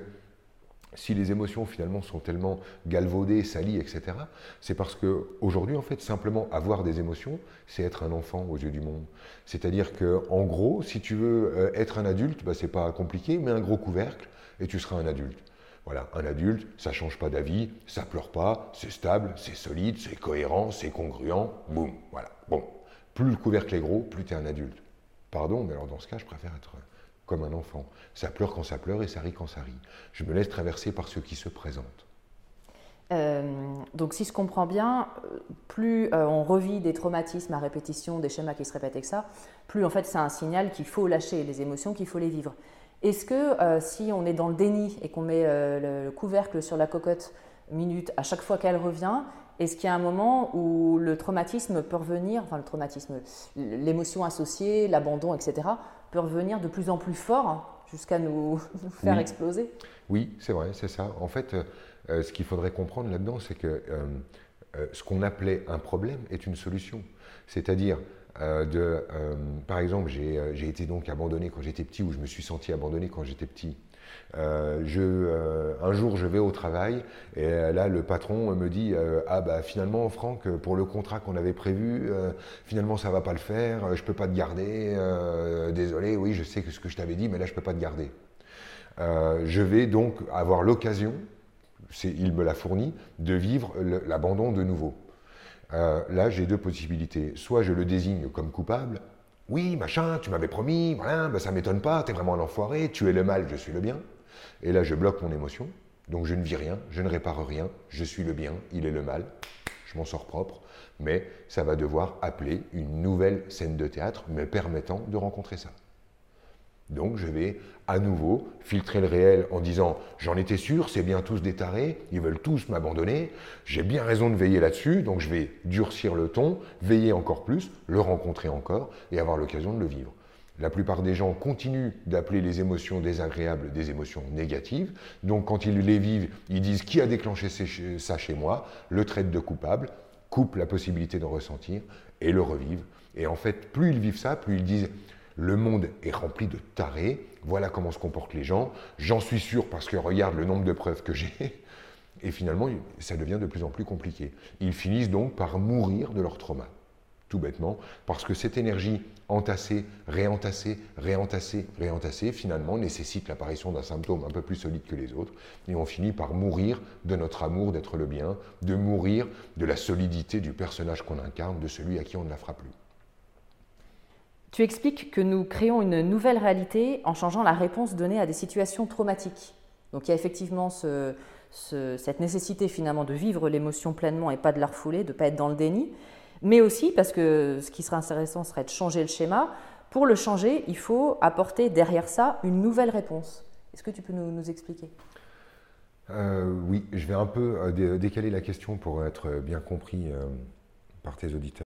si les émotions finalement sont tellement galvaudées, salies, etc., c'est parce qu'aujourd'hui, en fait, simplement avoir des émotions, c'est être un enfant aux yeux du monde. C'est-à-dire qu'en gros, si tu veux être un adulte, c'est pas compliqué, mets un gros couvercle et tu seras un adulte. Voilà, un adulte, ça ne change pas d'avis, ça ne pleure pas, c'est stable, c'est solide, c'est cohérent, c'est congruent, boum, voilà. Bon, plus le couvercle est gros, plus tu es un adulte. Pardon, mais alors dans ce cas, je préfère être comme un enfant. Ça pleure quand ça pleure et ça rit quand ça rit. Je me laisse traverser par ce qui se présente. Donc si je comprends bien, plus on revit des traumatismes à répétition, des schémas qui se répètent avec ça, plus en fait c'est un signal qu'il faut lâcher les émotions, qu'il faut les vivre. Est-ce que si on est dans le déni et qu'on met le couvercle sur la cocotte minute à chaque fois qu'elle revient, est-ce qu'il y a un moment où le traumatisme peut revenir, enfin le traumatisme, l'émotion associée, l'abandon, etc., peut revenir de plus en plus fort jusqu'à nous faire exploser? Oui, c'est vrai, c'est ça. En fait, ce qu'il faudrait comprendre là-dedans, c'est que ce qu'on appelait un problème est une solution. C'est-à-dire, par exemple, j'ai été donc abandonné quand j'étais petit, ou je me suis senti abandonné quand j'étais petit. Un jour, je vais au travail et là, le patron me dit ah bah finalement, Franck, pour le contrat qu'on avait prévu, finalement ça va pas le faire, je peux pas te garder, désolé, oui, je sais que ce que je t'avais dit, mais là je peux pas te garder. Je vais donc avoir l'occasion, il me l'a fourni, de vivre l'abandon de nouveau. Là, j'ai deux possibilités. Soit je le désigne comme coupable. Oui, machin, tu m'avais promis, voilà, ben ça m'étonne pas, t'es vraiment un enfoiré, tu es le mal, je suis le bien. Et là, je bloque mon émotion, donc je ne vis rien, je ne répare rien, je suis le bien, il est le mal, je m'en sors propre, mais ça va devoir appeler une nouvelle scène de théâtre me permettant de rencontrer ça. Donc je vais à nouveau filtrer le réel en disant « j'en étais sûr, c'est bien tous des tarés, ils veulent tous m'abandonner, j'ai bien raison de veiller là-dessus, donc je vais durcir le ton, veiller encore plus, le rencontrer encore et avoir l'occasion de le vivre ». La plupart des gens continuent d'appeler les émotions désagréables des émotions négatives, donc quand ils les vivent, ils disent « qui a déclenché ça chez moi ?» le traitent de coupable, coupent la possibilité d'en ressentir et le revivent. Et en fait, plus ils vivent ça, plus ils disent « le monde est rempli de tarés, voilà comment se comportent les gens, j'en suis sûr parce que regarde le nombre de preuves que j'ai. » Et finalement, ça devient de plus en plus compliqué. Ils finissent donc par mourir de leur trauma, tout bêtement, parce que cette énergie entassée, réentassée, réentassée, réentassée, finalement nécessite l'apparition d'un symptôme un peu plus solide que les autres, et on finit par mourir de notre amour d'être le bien, de mourir de la solidité du personnage qu'on incarne, de celui à qui on ne la fera plus. Tu expliques que nous créons une nouvelle réalité en changeant la réponse donnée à des situations traumatiques. Donc il y a effectivement cette nécessité finalement de vivre l'émotion pleinement et pas de la refouler, de ne pas être dans le déni, mais aussi parce que ce qui serait intéressant serait de changer le schéma. Pour le changer, il faut apporter derrière ça une nouvelle réponse. Est-ce que tu peux nous expliquer ? Oui, je vais un peu décaler la question pour être bien compris par tes auditeurs.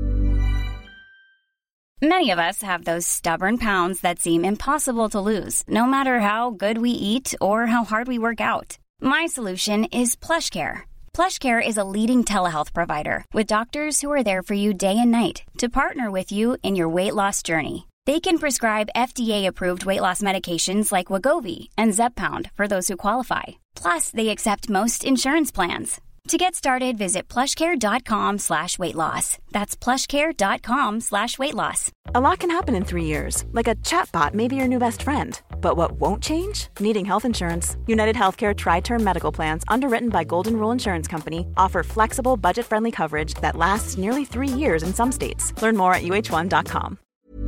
Many of us have those stubborn pounds that seem impossible to lose, no matter how good we eat or how hard we work out. My solution is PlushCare. PlushCare is a leading telehealth provider with doctors who are there for you day and night to partner with you in your weight loss journey. They can prescribe FDA-approved weight loss medications like Wegovy and Zepbound for those who qualify. Plus, they accept most insurance plans. To get started, visit plushcare.com/weightloss. That's plushcare.com/weightloss. A lot can happen in 3 years, like a chatbot may be your new best friend. But what won't change? Needing health insurance. United Healthcare Tri-Term Medical Plans, underwritten by Golden Rule Insurance Company, offer flexible, budget-friendly coverage that lasts nearly 3 years in some states. Learn more at uh1.com.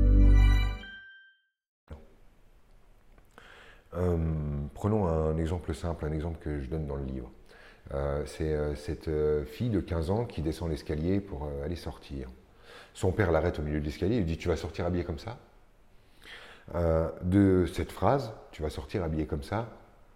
Prenons un exemple simple, un exemple que je donne dans le livre. C'est cette fille de 15 ans qui descend l'escalier pour aller sortir. Son père l'arrête au milieu de l'escalier et lui dit « tu vas sortir habillé comme ça ?» De cette phrase « tu vas sortir habillé comme ça »,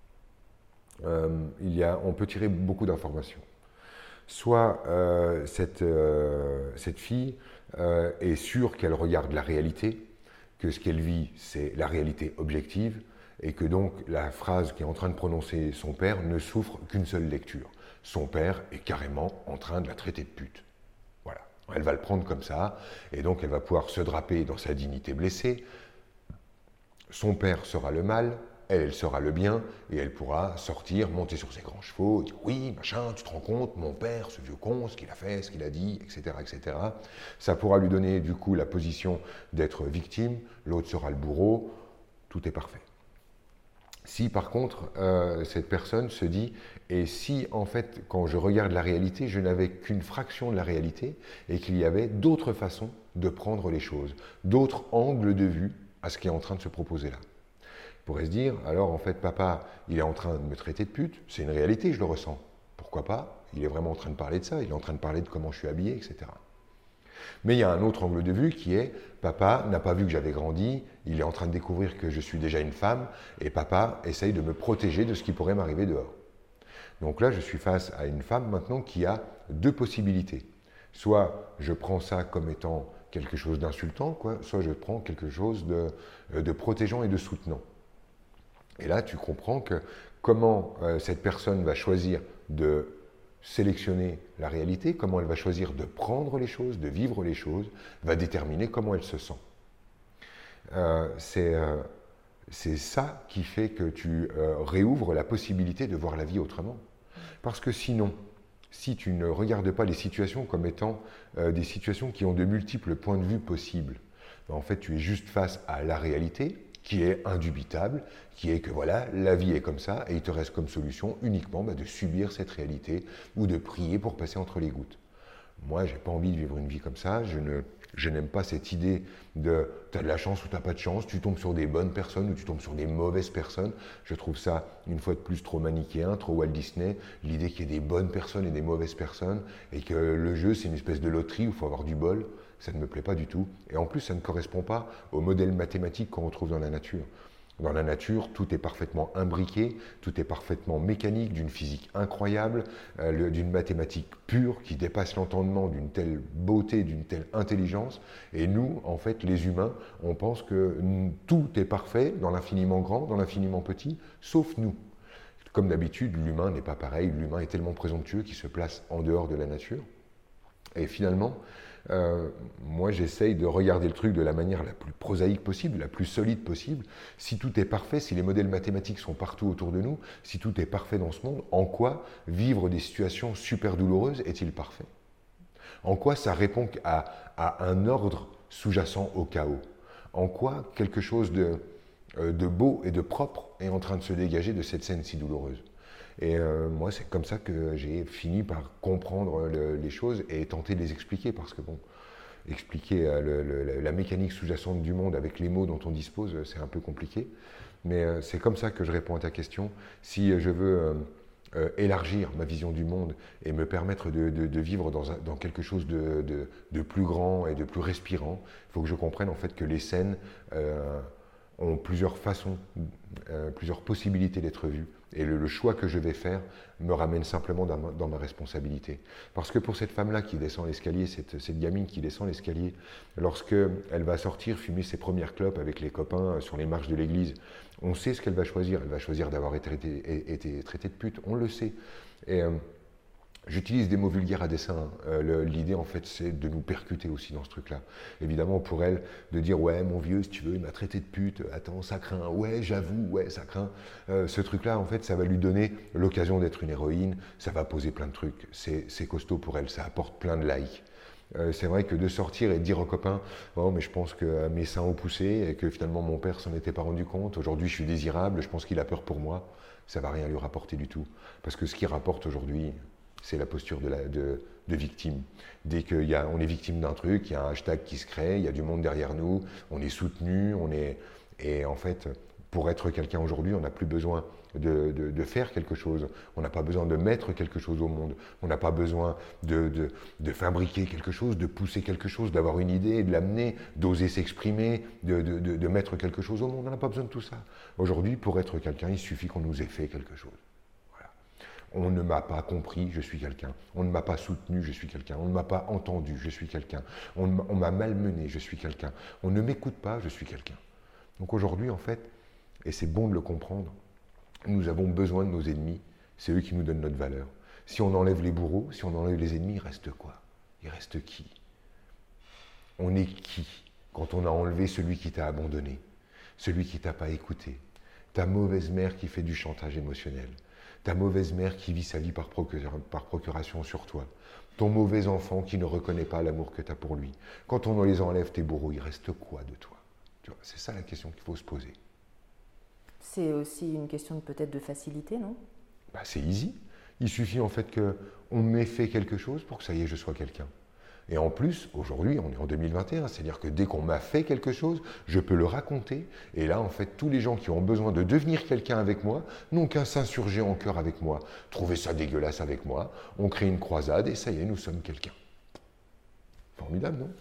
on peut tirer beaucoup d'informations. Soit cette fille est sûre qu'elle regarde la réalité, que ce qu'elle vit c'est la réalité objective, et que donc la phrase qu'est en train de prononcer son père ne souffre qu'une seule lecture. Son père est carrément en train de la traiter de pute. Voilà, elle va le prendre comme ça, et donc elle va pouvoir se draper dans sa dignité blessée. Son père sera le mal, elle sera le bien, et elle pourra sortir, monter sur ses grands chevaux, dire « oui, machin, tu te rends compte, mon père, ce vieux con, ce qu'il a fait, ce qu'il a dit, etc. etc. » Ça pourra lui donner du coup la position d'être victime, l'autre sera le bourreau, tout est parfait. Si par contre, cette personne se dit « et si en fait, quand je regarde la réalité, je n'avais qu'une fraction de la réalité et qu'il y avait d'autres façons de prendre les choses, d'autres angles de vue à ce qui est en train de se proposer là ?» On pourrait se dire « alors en fait, papa, il est en train de me traiter de pute, c'est une réalité, je le ressens. Pourquoi pas? Il est vraiment en train de parler de ça, il est en train de parler de comment je suis habillé, etc. » Mais il y a un autre angle de vue qui est « papa n'a pas vu que j'avais grandi, il est en train de découvrir que je suis déjà une femme et papa essaye de me protéger de ce qui pourrait m'arriver dehors. » Donc là, je suis face à une femme maintenant qui a deux possibilités. Soit je prends ça comme étant quelque chose d'insultant, soit je prends quelque chose de protégeant et de soutenant. Et là, tu comprends que comment cette personne va choisir de sélectionner la réalité, comment elle va choisir de prendre les choses, de vivre les choses, va déterminer comment elle se sent. C'est ça qui fait que tu réouvres la possibilité de voir la vie autrement. Parce que sinon, si tu ne regardes pas les situations comme étant des situations qui ont de multiples points de vue possibles, en fait, tu es juste face à la réalité qui est indubitable, qui est que voilà, la vie est comme ça, et il te reste comme solution uniquement de subir cette réalité ou de prier pour passer entre les gouttes. Moi, je n'ai pas envie de vivre une vie comme ça, je n'aime pas cette idée de tu as de la chance ou tu n'as pas de chance, tu tombes sur des bonnes personnes ou tu tombes sur des mauvaises personnes. Je trouve ça, une fois de plus, trop manichéen, trop Walt Disney, l'idée qu'il y ait des bonnes personnes et des mauvaises personnes, et que le jeu, c'est une espèce de loterie où il faut avoir du bol. Ça ne me plaît pas du tout. Et en plus, ça ne correspond pas au modèle mathématique qu'on retrouve dans la nature. Dans la nature, tout est parfaitement imbriqué, tout est parfaitement mécanique, d'une physique incroyable, d'une mathématique pure qui dépasse l'entendement, d'une telle beauté, d'une telle intelligence. Et nous, en fait, les humains, on pense que tout est parfait dans l'infiniment grand, dans l'infiniment petit, sauf nous. Comme d'habitude, l'humain n'est pas pareil. L'humain est tellement présomptueux qu'il se place en dehors de la nature. Et finalement, moi j'essaye de regarder le truc de la manière la plus prosaïque possible, la plus solide possible. Si tout est parfait, si les modèles mathématiques sont partout autour de nous, si tout est parfait dans ce monde, en quoi vivre des situations super douloureuses est-il parfait? En quoi ça répond à un ordre sous-jacent au chaos? En quoi quelque chose de beau et de propre est en train de se dégager de cette scène si douloureuse? Et moi, c'est comme ça que j'ai fini par comprendre les choses et tenter de les expliquer, parce que bon, expliquer la mécanique sous-jacente du monde avec les mots dont on dispose, c'est un peu compliqué. Mais c'est comme ça que je réponds à ta question. Si je veux élargir ma vision du monde et me permettre de vivre dans quelque chose de plus grand et de plus respirant, il faut que je comprenne en fait que les scènes ont plusieurs façons, plusieurs possibilités d'être vues. Et le choix que je vais faire me ramène simplement dans ma responsabilité. Parce que pour cette femme-là qui descend l'escalier, cette gamine qui descend l'escalier, lorsqu'elle va sortir fumer ses premières clopes avec les copains sur les marches de l'église, on sait ce qu'elle va choisir. Elle va choisir d'avoir été traitée de pute, on le sait. Et j'utilise des mots vulgaires à dessein. L'idée, en fait, c'est de nous percuter aussi dans ce truc-là. Évidemment, pour elle, de dire « Ouais, mon vieux, si tu veux, il m'a traité de pute. Attends, ça craint. Ouais, j'avoue, ouais, ça craint. » Ce truc-là, en fait, ça va lui donner l'occasion d'être une héroïne. Ça va poser plein de trucs. C'est costaud pour elle. Ça apporte plein de likes. C'est vrai que de sortir et de dire aux copains « Oh, mais je pense que mes seins ont poussé et que finalement, mon père s'en était pas rendu compte. Aujourd'hui, je suis désirable. Je pense qu'il a peur pour moi. » Ça va rien lui rapporter du tout. Parce que ce qui rapporte aujourd'hui, c'est la posture de victime. Dès qu'on est victime d'un truc, il y a un hashtag qui se crée, il y a du monde derrière nous, on est soutenu, et en fait, pour être quelqu'un aujourd'hui, on n'a plus besoin de faire quelque chose, on n'a pas besoin de mettre quelque chose au monde, on n'a pas besoin de fabriquer quelque chose, de pousser quelque chose, d'avoir une idée, de l'amener, d'oser s'exprimer, de mettre quelque chose au monde, on n'a pas besoin de tout ça. Aujourd'hui, pour être quelqu'un, il suffit qu'on nous ait fait quelque chose. On ne m'a pas compris, je suis quelqu'un. On ne m'a pas soutenu, je suis quelqu'un. On ne m'a pas entendu, je suis quelqu'un. On m'a malmené, je suis quelqu'un. On ne m'écoute pas, je suis quelqu'un. Donc aujourd'hui, en fait, et c'est bon de le comprendre, nous avons besoin de nos ennemis. C'est eux qui nous donnent notre valeur. Si on enlève les bourreaux, si on enlève les ennemis, il reste quoi? Il reste qui? On est qui quand on a enlevé celui qui t'a abandonné, celui qui t'a pas écouté, ta mauvaise mère qui fait du chantage émotionnel, ta mauvaise mère qui vit sa vie par procuration sur toi, ton mauvais enfant qui ne reconnaît pas l'amour que tu as pour lui. Quand on les enlève, tes bourreaux, il reste quoi de toi? C'est ça la question qu'il faut se poser. C'est aussi une question peut-être de facilité, non? C'est easy. Il suffit en fait qu'on m'ait fait quelque chose pour que ça y est, je sois quelqu'un. Et en plus, aujourd'hui, on est en 2021, c'est-à-dire que dès qu'on m'a fait quelque chose, je peux le raconter. Et là, en fait, tous les gens qui ont besoin de devenir quelqu'un avec moi n'ont qu'à s'insurger en cœur avec moi, trouver ça dégueulasse avec moi, on crée une croisade et ça y est, nous sommes quelqu'un. Formidable, non?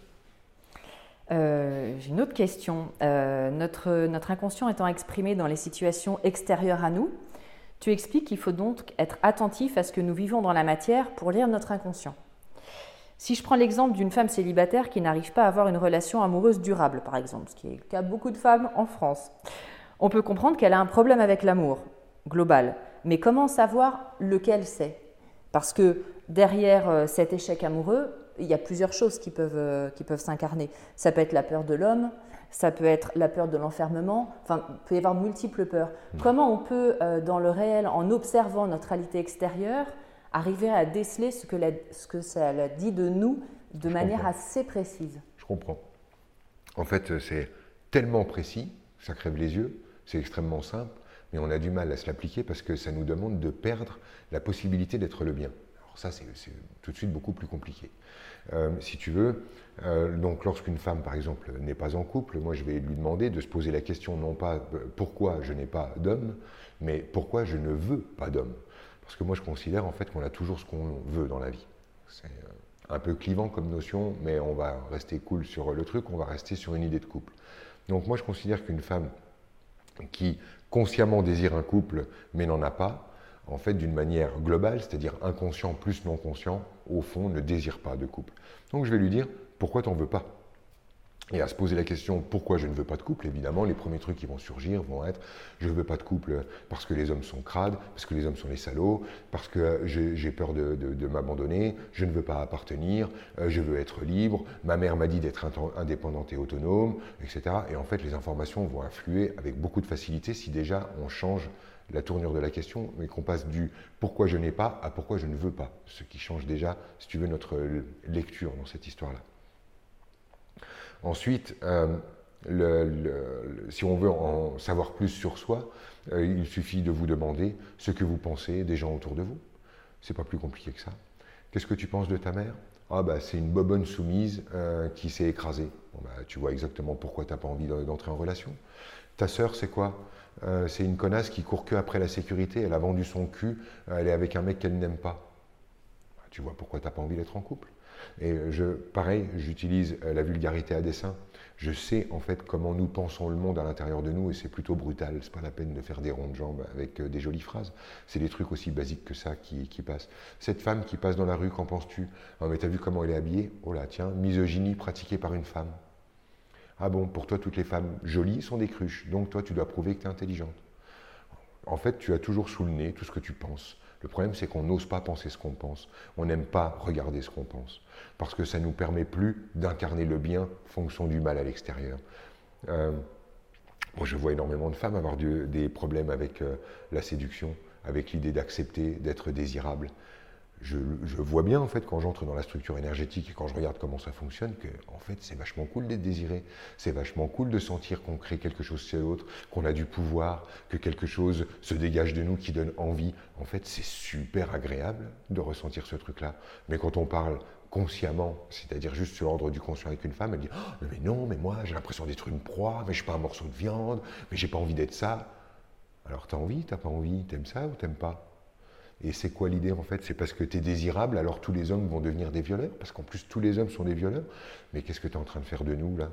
J'ai une autre question. Notre inconscient étant exprimé dans les situations extérieures à nous, tu expliques qu'il faut donc être attentif à ce que nous vivons dans la matière pour lire notre inconscient. Si je prends l'exemple d'une femme célibataire qui n'arrive pas à avoir une relation amoureuse durable, par exemple, ce qui est le cas de beaucoup de femmes en France, on peut comprendre qu'elle a un problème avec l'amour global. Mais comment savoir lequel c'est? Parce que derrière cet échec amoureux, il y a plusieurs choses qui peuvent s'incarner. Ça peut être la peur de l'homme, ça peut être la peur de l'enfermement, enfin, il peut y avoir multiples peurs. Comment on peut, dans le réel, en observant notre réalité extérieure, arriver à déceler ce que ça dit de nous de manière assez précise? Je comprends. En fait, c'est tellement précis, ça crève les yeux, c'est extrêmement simple, mais on a du mal à se l'appliquer parce que ça nous demande de perdre la possibilité d'être le bien. Alors ça, c'est tout de suite beaucoup plus compliqué. Si tu veux, donc lorsqu'une femme, par exemple, n'est pas en couple, moi je vais lui demander de se poser la question non pas pourquoi je n'ai pas d'homme, mais pourquoi je ne veux pas d'homme. Parce que moi je considère en fait qu'on a toujours ce qu'on veut dans la vie. C'est un peu clivant comme notion, mais on va rester cool sur le truc, on va rester sur une idée de couple. Donc moi je considère qu'une femme qui consciemment désire un couple mais n'en a pas, en fait d'une manière globale, c'est-à-dire inconscient plus non conscient, au fond ne désire pas de couple. Donc je vais lui dire pourquoi t'en veux pas? Et à se poser la question pourquoi je ne veux pas de couple, évidemment les premiers trucs qui vont surgir vont être je ne veux pas de couple parce que les hommes sont crades, parce que les hommes sont les salauds, parce que j'ai peur de m'abandonner, je ne veux pas appartenir, je veux être libre, ma mère m'a dit d'être indépendante et autonome, etc. Et en fait les informations vont influer avec beaucoup de facilité si déjà on change la tournure de la question, mais qu'on passe du pourquoi je n'ai pas à pourquoi je ne veux pas, ce qui change déjà, si tu veux, notre lecture dans cette histoire-là. Ensuite, si on veut en savoir plus sur soi, il suffit de vous demander ce que vous pensez des gens autour de vous. C'est pas plus compliqué que ça. Qu'est-ce que tu penses de ta mère? Ah bah c'est une bobonne soumise qui s'est écrasée. Bon, bah, tu vois exactement pourquoi tu n'as pas envie d'entrer en relation. Ta sœur, c'est quoi? C'est une connasse qui court que après la sécurité, elle a vendu son cul, elle est avec un mec qu'elle n'aime pas. Bah, tu vois pourquoi tu n'as pas envie d'être en couple. Et pareil, j'utilise la vulgarité à dessein. Je sais en fait comment nous pensons le monde à l'intérieur de nous et c'est plutôt brutal. C'est pas la peine de faire des ronds de jambes avec des jolies phrases. C'est des trucs aussi basiques que ça qui passent. Cette femme qui passe dans la rue, qu'en penses-tu? Ah mais t'as vu comment elle est habillée? Oh là tiens, misogynie pratiquée par une femme. Ah bon, pour toi toutes les femmes jolies sont des cruches, donc toi tu dois prouver que tu es intelligente. En fait, tu as toujours sous le nez tout ce que tu penses. Le problème, c'est qu'on n'ose pas penser ce qu'on pense. On n'aime pas regarder ce qu'on pense. Parce que ça ne nous permet plus d'incarner le bien fonction du mal à l'extérieur. Moi, je vois énormément de femmes avoir des problèmes avec la séduction, avec l'idée d'accepter, d'être désirable. Je vois bien, en fait, quand j'entre dans la structure énergétique et quand je regarde comment ça fonctionne, que, en fait, c'est vachement cool d'être désiré. C'est vachement cool de sentir qu'on crée quelque chose chez l'autre, qu'on a du pouvoir, que quelque chose se dégage de nous qui donne envie. En fait, c'est super agréable de ressentir ce truc-là. Mais quand on parle consciemment, c'est-à-dire juste sur l'ordre du conscient avec une femme, elle dit « mais non, mais moi, j'ai l'impression d'être une proie, mais je ne suis pas un morceau de viande, mais j'ai pas envie d'être ça. » Alors, t'as envie, t'as pas envie, t'aimes ça ou t'aimes pas? Et c'est quoi l'idée en fait? C'est parce que tu es désirable, alors tous les hommes vont devenir des violeurs? Parce qu'en plus tous les hommes sont des violeurs? Mais qu'est-ce que tu es en train de faire de nous là?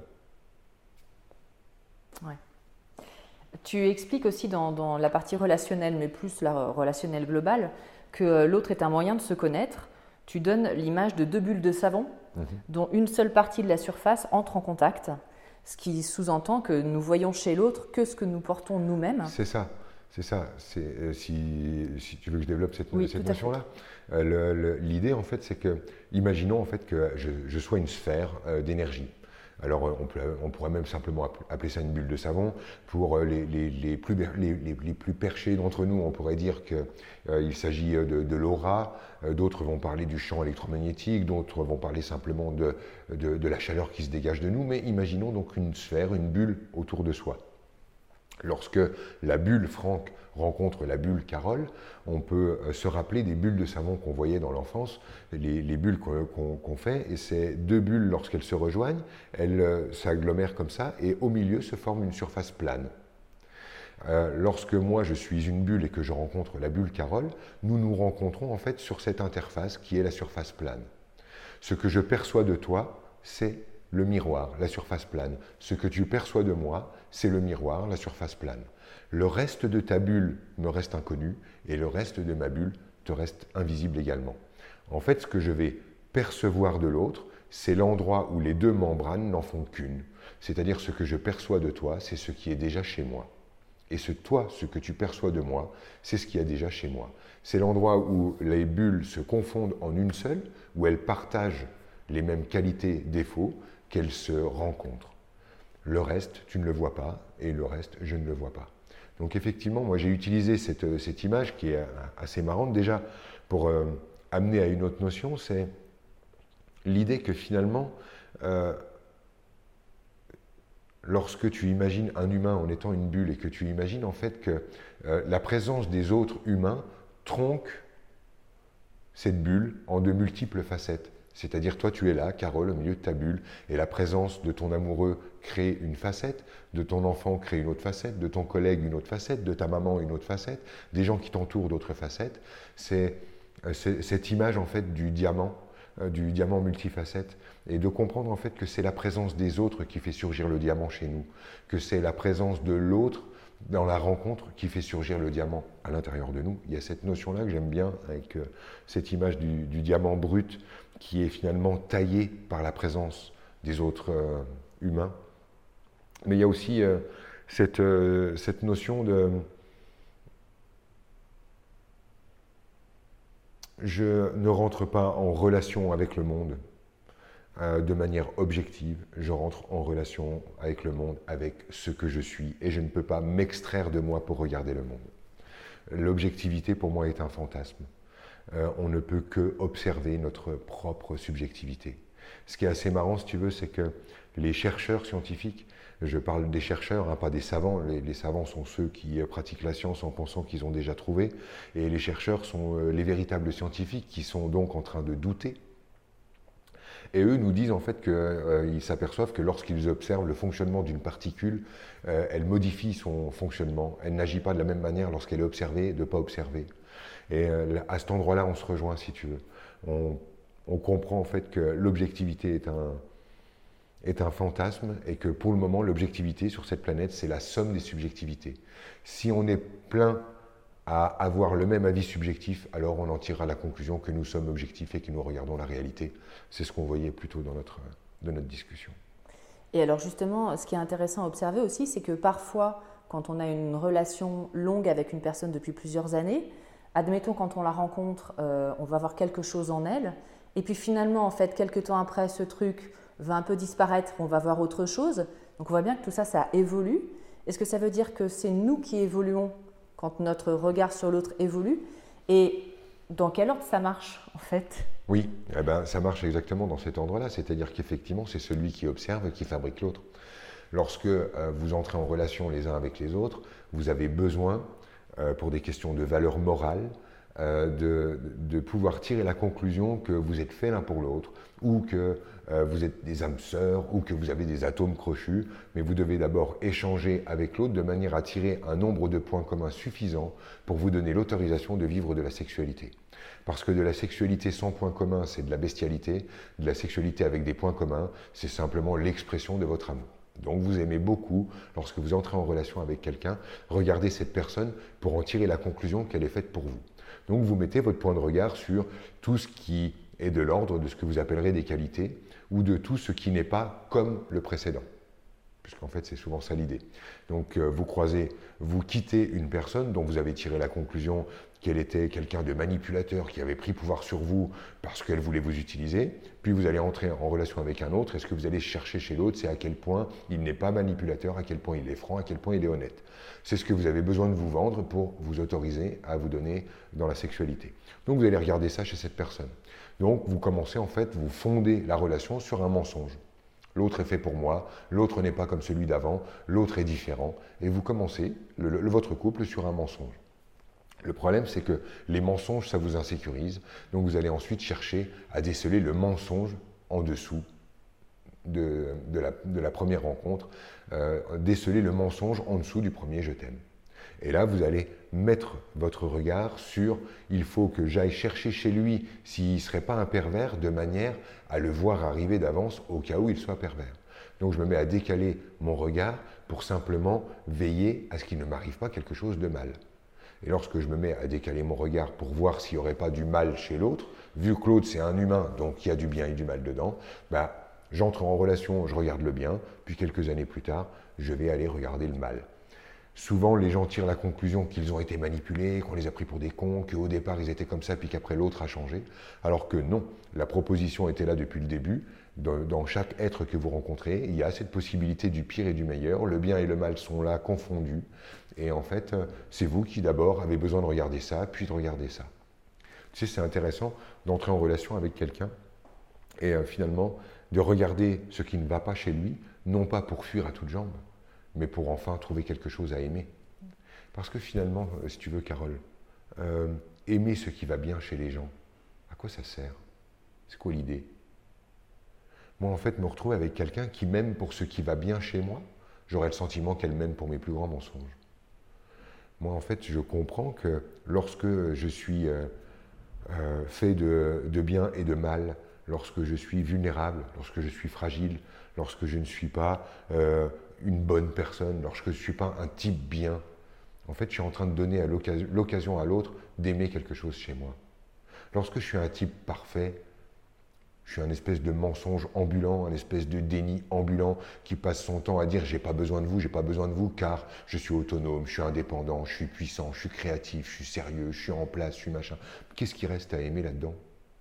Ouais. Tu expliques aussi dans la partie relationnelle, mais plus la relationnelle globale, que l'autre est un moyen de se connaître. Tu donnes l'image de 2 bulles de savon, dont une seule partie de la surface entre en contact, ce qui sous-entend que nous voyons chez l'autre que ce que nous portons nous-mêmes. C'est ça. C'est ça, si tu veux que je développe cette notion-là. L'idée, en fait, c'est que, imaginons en fait que je sois une sphère d'énergie. Alors, on pourrait même simplement appeler ça une bulle de savon. Pour les plus perchés d'entre nous, on pourrait dire qu'il s'agit de l'aura. D'autres vont parler du champ électromagnétique, d'autres vont parler simplement de la chaleur qui se dégage de nous. Mais imaginons donc une sphère, une bulle autour de soi. Lorsque la bulle Franck rencontre la bulle Carole, on peut se rappeler des bulles de savon qu'on voyait dans l'enfance, les bulles qu'on fait, et ces 2 bulles, lorsqu'elles se rejoignent, elles s'agglomèrent comme ça, et au milieu se forme une surface plane. Lorsque moi je suis une bulle et que je rencontre la bulle Carole, nous nous rencontrons en fait sur cette interface qui est la surface plane. Ce que je perçois de toi, c'est le miroir, la surface plane. Ce que tu perçois de moi, c'est le miroir, la surface plane. Le reste de ta bulle me reste inconnu et le reste de ma bulle te reste invisible également. En fait, ce que je vais percevoir de l'autre, c'est l'endroit où les 2 membranes n'en font qu'une. C'est-à-dire ce que je perçois de toi, c'est ce qui est déjà chez moi. Et ce que tu perçois de moi, c'est ce qu'il y a déjà chez moi. C'est l'endroit où les bulles se confondent en une seule, où elles partagent les mêmes qualités, défauts, qu'elles se rencontrent. Le reste, tu ne le vois pas, et le reste, je ne le vois pas. Donc effectivement, moi j'ai utilisé cette image qui est assez marrante déjà pour amener à une autre notion, c'est l'idée que finalement, lorsque tu imagines un humain en étant une bulle et que tu imagines en fait que la présence des autres humains tronque cette bulle en de multiples facettes. C'est-à-dire, toi, tu es là, Carole, au milieu de ta bulle, et la présence de ton amoureux crée une facette, de ton enfant crée une autre facette, de ton collègue une autre facette, de ta maman une autre facette, des gens qui t'entourent d'autres facettes. C'est cette image, en fait, du diamant multifacette, et de comprendre, en fait, que c'est la présence des autres qui fait surgir le diamant chez nous, que c'est la présence de l'autre dans la rencontre qui fait surgir le diamant à l'intérieur de nous. Il y a cette notion-là que j'aime bien, avec cette image du diamant brut, qui est finalement taillé par la présence des autres humains. Mais il y a aussi cette notion de... Je ne rentre pas en relation avec le monde de manière objective, je rentre en relation avec le monde, avec ce que je suis, et je ne peux pas m'extraire de moi pour regarder le monde. L'objectivité, pour moi, est un fantasme. On ne peut que observer notre propre subjectivité. Ce qui est assez marrant, si tu veux, c'est que les chercheurs scientifiques, je parle des chercheurs, pas des savants, les savants sont ceux qui pratiquent la science en pensant qu'ils ont déjà trouvé, et les chercheurs sont les véritables scientifiques qui sont donc en train de douter. Et eux nous disent en fait qu'ils s'aperçoivent que lorsqu'ils observent le fonctionnement d'une particule, elle modifie son fonctionnement, elle n'agit pas de la même manière lorsqu'elle est observée, de ne pas observer. Et à cet endroit-là, on se rejoint, si tu veux. On comprend en fait que l'objectivité est un fantasme et que pour le moment, l'objectivité sur cette planète, c'est la somme des subjectivités. Si on est plein à avoir le même avis subjectif, alors on en tirera la conclusion que nous sommes objectifs et que nous regardons la réalité. C'est ce qu'on voyait plutôt dans notre discussion. Et alors justement, ce qui est intéressant à observer aussi, c'est que parfois, quand on a une relation longue avec une personne depuis plusieurs années, admettons quand on la rencontre, on va voir quelque chose en elle, et puis finalement, en fait, quelques temps après, ce truc va un peu disparaître, on va voir autre chose. Donc on voit bien que tout ça, ça évolue. Est-ce que ça veut dire que c'est nous qui évoluons quand notre regard sur l'autre évolue? Et dans quel ordre ça marche, en fait? Oui, ça marche exactement dans cet ordre-là. C'est-à-dire qu'effectivement, c'est celui qui observe qui fabrique l'autre. Lorsque vous entrez en relation les uns avec les autres, vous avez besoin, pour des questions de valeur morale, de pouvoir tirer la conclusion que vous êtes faits l'un pour l'autre, ou que vous êtes des âmes sœurs, ou que vous avez des atomes crochus, mais vous devez d'abord échanger avec l'autre de manière à tirer un nombre de points communs suffisant pour vous donner l'autorisation de vivre de la sexualité. Parce que de la sexualité sans points communs, c'est de la bestialité, de la sexualité avec des points communs, c'est simplement l'expression de votre amour. Donc vous aimez beaucoup, lorsque vous entrez en relation avec quelqu'un, regardez cette personne pour en tirer la conclusion qu'elle est faite pour vous. Donc vous mettez votre point de regard sur tout ce qui est de l'ordre de ce que vous appellerez des qualités, ou de tout ce qui n'est pas comme le précédent. Puisqu'en fait, c'est souvent ça l'idée. Donc vous quittez une personne dont vous avez tiré la conclusion qu'elle était quelqu'un de manipulateur, qui avait pris pouvoir sur vous parce qu'elle voulait vous utiliser, puis vous allez entrer en relation avec un autre, et ce que vous allez chercher chez l'autre, c'est à quel point il n'est pas manipulateur, à quel point il est franc, à quel point il est honnête. C'est ce que vous avez besoin de vous vendre pour vous autoriser à vous donner dans la sexualité. Donc vous allez regarder ça chez cette personne. Donc vous commencez en fait, vous fondez la relation sur un mensonge. L'autre est fait pour moi, l'autre n'est pas comme celui d'avant, l'autre est différent, et vous commencez votre couple sur un mensonge. Le problème, c'est que les mensonges, ça vous insécurise, donc vous allez ensuite chercher à déceler le mensonge en dessous de la première rencontre, déceler le mensonge en dessous du premier « je t'aime ». Et là, vous allez mettre votre regard sur « il faut que j'aille chercher chez lui s'il ne serait pas un pervers de manière à le voir arriver d'avance au cas où il soit pervers ». Donc je me mets à décaler mon regard pour simplement veiller à ce qu'il ne m'arrive pas quelque chose de mal. Et lorsque je me mets à décaler mon regard pour voir s'il n'y aurait pas du mal chez l'autre, vu que l'autre c'est un humain, donc il y a du bien et du mal dedans, j'entre en relation, je regarde le bien, puis quelques années plus tard, je vais aller regarder le mal. Souvent, les gens tirent la conclusion qu'ils ont été manipulés, qu'on les a pris pour des cons, qu'au départ, ils étaient comme ça, puis qu'après, l'autre a changé. Alors que non, la proposition était là depuis le début. Dans chaque être que vous rencontrez, il y a cette possibilité du pire et du meilleur. Le bien et le mal sont là, confondus. Et en fait, c'est vous qui d'abord avez besoin de regarder ça, puis de regarder ça. Tu sais, c'est intéressant d'entrer en relation avec quelqu'un et finalement de regarder ce qui ne va pas chez lui, non pas pour fuir à toutes jambes, mais pour enfin trouver quelque chose à aimer. Parce que finalement, si tu veux, Carole, aimer ce qui va bien chez les gens, à quoi ça sert? C'est quoi l'idée? Moi, en fait, me retrouver avec quelqu'un qui m'aime pour ce qui va bien chez moi, j'aurais le sentiment qu'elle m'aime pour mes plus grands mensonges. Moi, en fait, je comprends que lorsque je suis fait de bien et de mal, lorsque je suis vulnérable, lorsque je suis fragile, lorsque je ne suis pas une bonne personne, lorsque je ne suis pas un type bien, en fait, je suis en train de donner l'occasion à l'autre d'aimer quelque chose chez moi. Lorsque je suis un type parfait, je suis un espèce de mensonge ambulant, un espèce de déni ambulant qui passe son temps à dire « j'ai pas besoin de vous car je suis autonome, je suis indépendant, je suis puissant, je suis créatif, je suis sérieux, je suis en place, je suis machin ». Qu'est-ce qui reste à aimer là-dedans?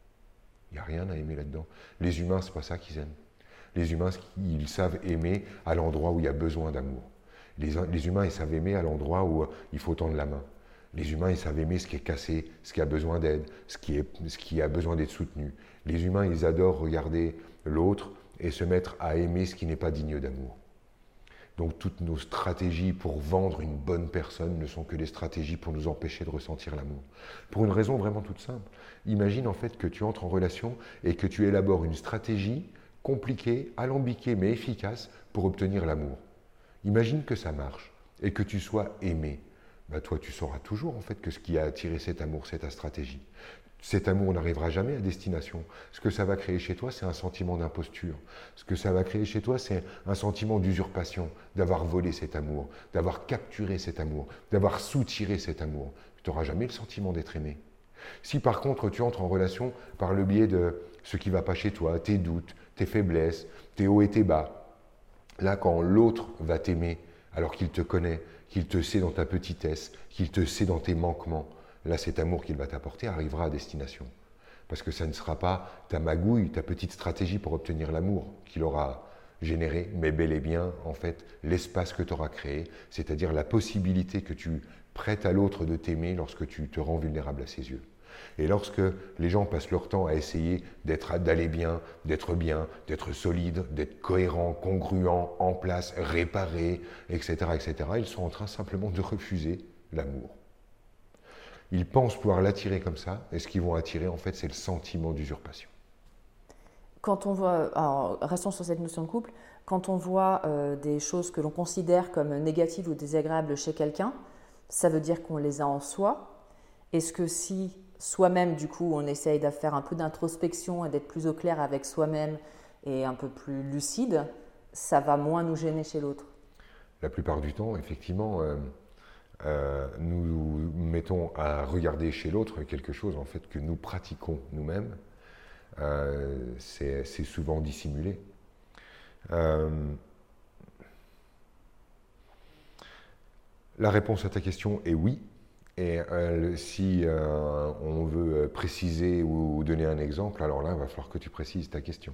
Il n'y a rien à aimer là-dedans. Les humains, c'est pas ça qu'ils aiment. Les humains, ils savent aimer à l'endroit où il y a besoin d'amour. Les humains, ils savent aimer à l'endroit où il faut tendre la main. Les humains, ils savent aimer ce qui est cassé, ce qui a besoin d'aide, ce qui a besoin d'être soutenu. Les humains, ils adorent regarder l'autre et se mettre à aimer ce qui n'est pas digne d'amour. Donc toutes nos stratégies pour vendre une bonne personne ne sont que des stratégies pour nous empêcher de ressentir l'amour. Pour une raison vraiment toute simple. Imagine en fait que tu entres en relation et que tu élabores une stratégie compliquée, alambiquée mais efficace pour obtenir l'amour. Imagine que ça marche et que tu sois aimé. Ben toi, tu sauras toujours en fait que ce qui a attiré cet amour, c'est ta stratégie. Cet amour n'arrivera jamais à destination. Ce que ça va créer chez toi, c'est un sentiment d'imposture. Ce que ça va créer chez toi, c'est un sentiment d'usurpation, d'avoir volé cet amour, d'avoir capturé cet amour, d'avoir soutiré cet amour. Tu n'auras jamais le sentiment d'être aimé. Si par contre tu entres en relation par le biais de ce qui ne va pas chez toi, tes doutes, tes faiblesses, tes hauts et tes bas, là quand l'autre va t'aimer, alors qu'il te connaît, qu'il te sait dans ta petitesse, qu'il te sait dans tes manquements, là cet amour qu'il va t'apporter arrivera à destination. Parce que ça ne sera pas ta magouille, ta petite stratégie pour obtenir l'amour qu'il aura généré, mais bel et bien en fait l'espace que tu auras créé, c'est-à-dire la possibilité que tu prêtes à l'autre de t'aimer lorsque tu te rends vulnérable à ses yeux. Et lorsque les gens passent leur temps à essayer d'aller bien, d'être solide, d'être cohérent, congruent, en place, réparé, etc., ils sont en train simplement de refuser l'amour. Ils pensent pouvoir l'attirer comme ça, et ce qu'ils vont attirer, en fait, c'est le sentiment d'usurpation. Quand on voit, alors restons sur cette notion de couple, quand on voit des choses que l'on considère comme négatives ou désagréables chez quelqu'un, ça veut dire qu'on les a en soi. Est-ce que si soi-même, du coup, on essaye de faire un peu d'introspection et d'être plus au clair avec soi-même et un peu plus lucide, ça va moins nous gêner chez l'autre? La plupart du temps, effectivement, nous mettons à regarder chez l'autre quelque chose en fait que nous pratiquons nous-mêmes. C'est souvent dissimulé. La réponse à ta question est oui. Et si on veut préciser ou donner un exemple, alors là, il va falloir que tu précises ta question.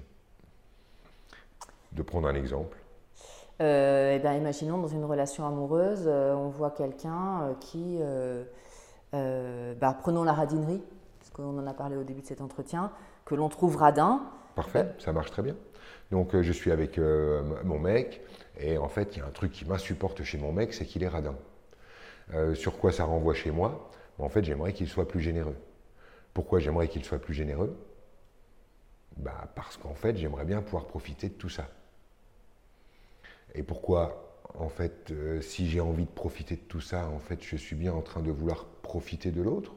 De prendre un exemple. Eh bien, imaginons dans une relation amoureuse, on voit quelqu'un qui, prenons la radinerie, parce qu'on en a parlé au début de cet entretien, que l'on trouve radin. Parfait, ça marche très bien. Donc je suis avec mon mec, et en fait, il y a un truc qui m'insupporte chez mon mec, c'est qu'il est radin. Sur quoi ça renvoie chez moi? En fait, j'aimerais qu'il soit plus généreux. Pourquoi j'aimerais qu'il soit plus généreux? Parce qu'en fait, j'aimerais bien pouvoir profiter de tout ça. Et pourquoi, en fait, si j'ai envie de profiter de tout ça, en fait, je suis bien en train de vouloir profiter de l'autre?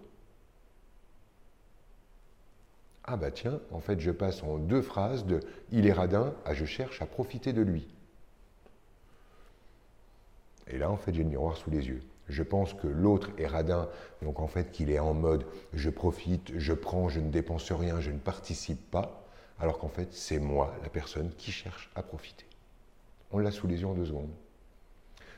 Ah bah tiens, en fait, je passe en 2 phrases de « il est radin » à « je cherche à profiter de lui ». Et là, en fait, j'ai le miroir sous les yeux. Je pense que l'autre est radin, donc en fait qu'il est en mode « je profite, je prends, je ne dépense rien, je ne participe pas », alors qu'en fait, c'est moi, la personne qui cherche à profiter. On l'a sous les yeux en 2 secondes.